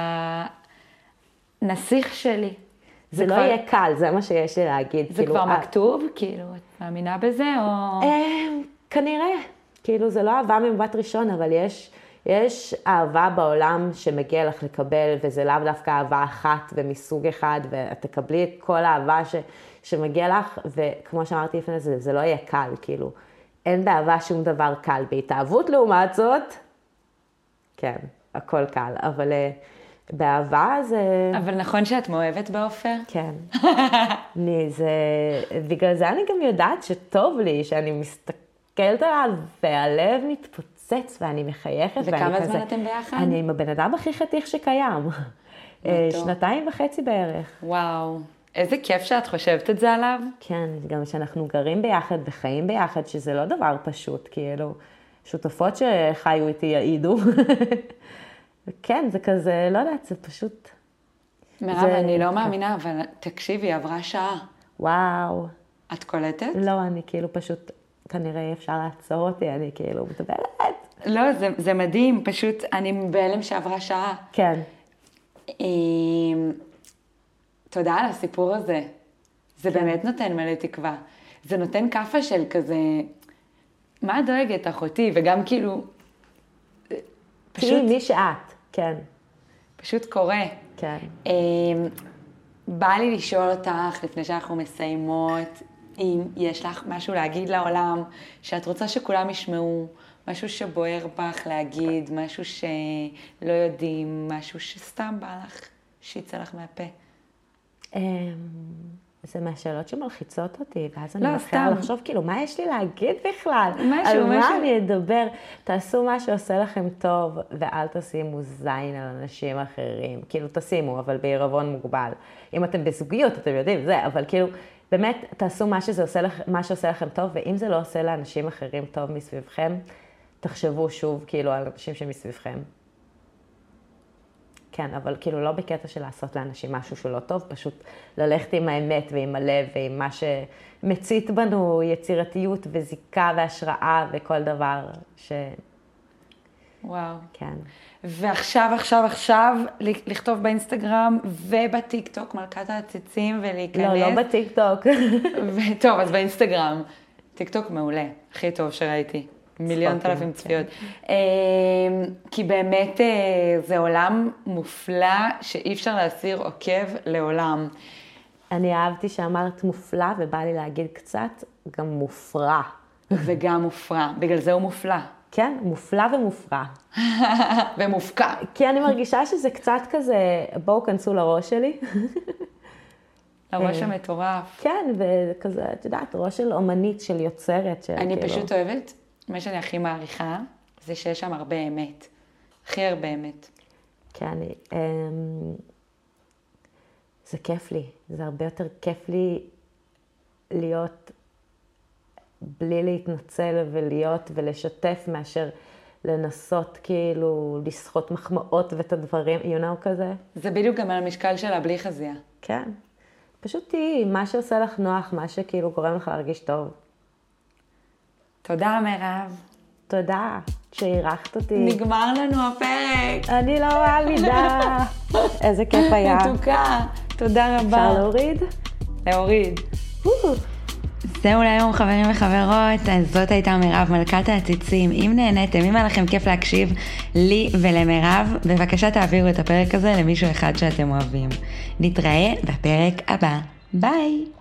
הנסיך שלי, זה לא יהיה קל, זה מה שיש לי להגיד. זה כבר מכתוב? כאילו, את מאמינה בזה או... כנראה. כאילו, זה לא אהבה ממבט ראשון, אבל יש, יש אהבה בעולם שמגיע לך לקבל, וזה לאו דווקא אהבה אחת ומסוג אחד, ואת תקבלי את כל האהבה ש, שמגיע לך, וכמו שאמרתי לפני זה, זה לא יהיה קל, כאילו. אין באהבה שום דבר קל. בהתאהבות לעומת זאת, כן, הכל קל, אבל... באהבה זה... אבל נכון שאת מאוהבת באופר? כן. אני, זה... בגלל זה אני גם יודעת שטוב לי, שאני מסתכלת עליו, והלב מתפוצץ, ואני מחייכת. וכמה כזה... זמן אתם ביחד? אני עם הבן אדם הכי חתיך שקיים. שנתיים וחצי בערך. וואו. איזה כיף שאת חושבת את זה עליו. כן, גם שאנחנו גרים ביחד וחיים ביחד, שזה לא דבר פשוט, כאילו, שותפות שחיו איתי יעידו. כן, זה כזה, לא יודעת, זה פשוט... מירב, זה... אני לא מאמינה, אבל תקשיבי, עברה שעה. וואו. את קולטת? לא, אני כאילו פשוט, כנראה אפשר לעצור אותי, אני כאילו מתבלת. לא, זה, זה מדהים, פשוט אני בהלם שעברה שעה. כן. תודה על הסיפור הזה. זה באמת נותן מלא תקווה. זה נותן קפה של כזה, מה את דואגת, אחותי? וגם כאילו, פשוט... תהי מי שאת, כן. פשוט קורה. כן. בא לי לשאול אותך, לפני שאנחנו מסיימות, אם יש לך משהו להגיד לעולם, שאת רוצה שכולם ישמעו, משהו שבוער בך להגיד, משהו שלא יודעים, משהו שסתם בא לך, שיצא לך מהפה. זה מהשאלות שמלחיצות אותי, ואז אני מתחילה לחשוב, כאילו, מה יש לי להגיד בכלל? על מה אני אדבר? תעשו מה שעושה לכם טוב, ואל תשימו זין על אנשים אחרים. כאילו, תשימו, אבל בעירבון מוגבל. אם אתם בזוגיות, אתם יודעים, זה, אבל כאילו, באמת, תעשו מה שזה עושה, מה שעושה לכם טוב, ואם זה לא עושה לאנשים אחרים טוב מסביבכם, תחשבו שוב, כאילו, על אנשים שמסביבכם. כן, אבל כאילו לא בקטע של לעשות לאנשים משהו שהוא לא טוב, פשוט ללכת עם האמת ועם הלב ועם מה שמצית בנו יצירתיות וזיקה והשראה וכל דבר ש... וואו. כן. ועכשיו, עכשיו, עכשיו, לכתוב באינסטגרם ובטיקטוק מלכת העציצים ולהיכנס... לא, לא בטיקטוק. טוב, אז באינסטגרם. טיקטוק מעולה, הכי טוב שראיתי. מיליון אלפים צפיות. כי באמת זה עולם מופלא שאי אפשר להסיר עוקב לעולם. אני אהבתי שאמרת מופלא ובא לי להגיד קצת גם מופרע. וגם מופרע, בגלל זה הוא מופלא. כן, מופלא ומופרע. ומופקע. כי אני מרגישה שזה קצת כזה, בואו כנסו לראש שלי. הראש המטורף. כן, וכזה, את יודעת, ראש של אומנית, של יוצרת. אני פשוט אוהבת. מה שאני הכי מעריכה, זה שיש שם הרבה אמת. הכי הרבה אמת. כן, זה כיף לי. זה הרבה יותר כיף לי להיות בלי להתנצל ולהיות ולשתף מאשר לנסות כאילו לסחוט מחמאות ואת הדברים, you know כזה. זה בדיוק גם על המשקל שלה בלי חזייה. כן. פשוט תהי, מה שעושה לך נוח, מה שכאילו גורם לך להרגיש טוב. תודה, מירב. תודה שהירחת אותי. נגמר לנו הפרק. אני לא מאמינה. איזה כיף היה. מתוקה. תודה רבה. אפשר להוריד? להוריד. זהו להיום חברים וחברות, אז זאת הייתה מירב מלכת העציצים. אם נהניתם, אם היה לכם כיף להקשיב לי ולמירב, בבקשה תעבירו את הפרק הזה למישהו אחד שאתם אוהבים. נתראה בפרק הבא. ביי!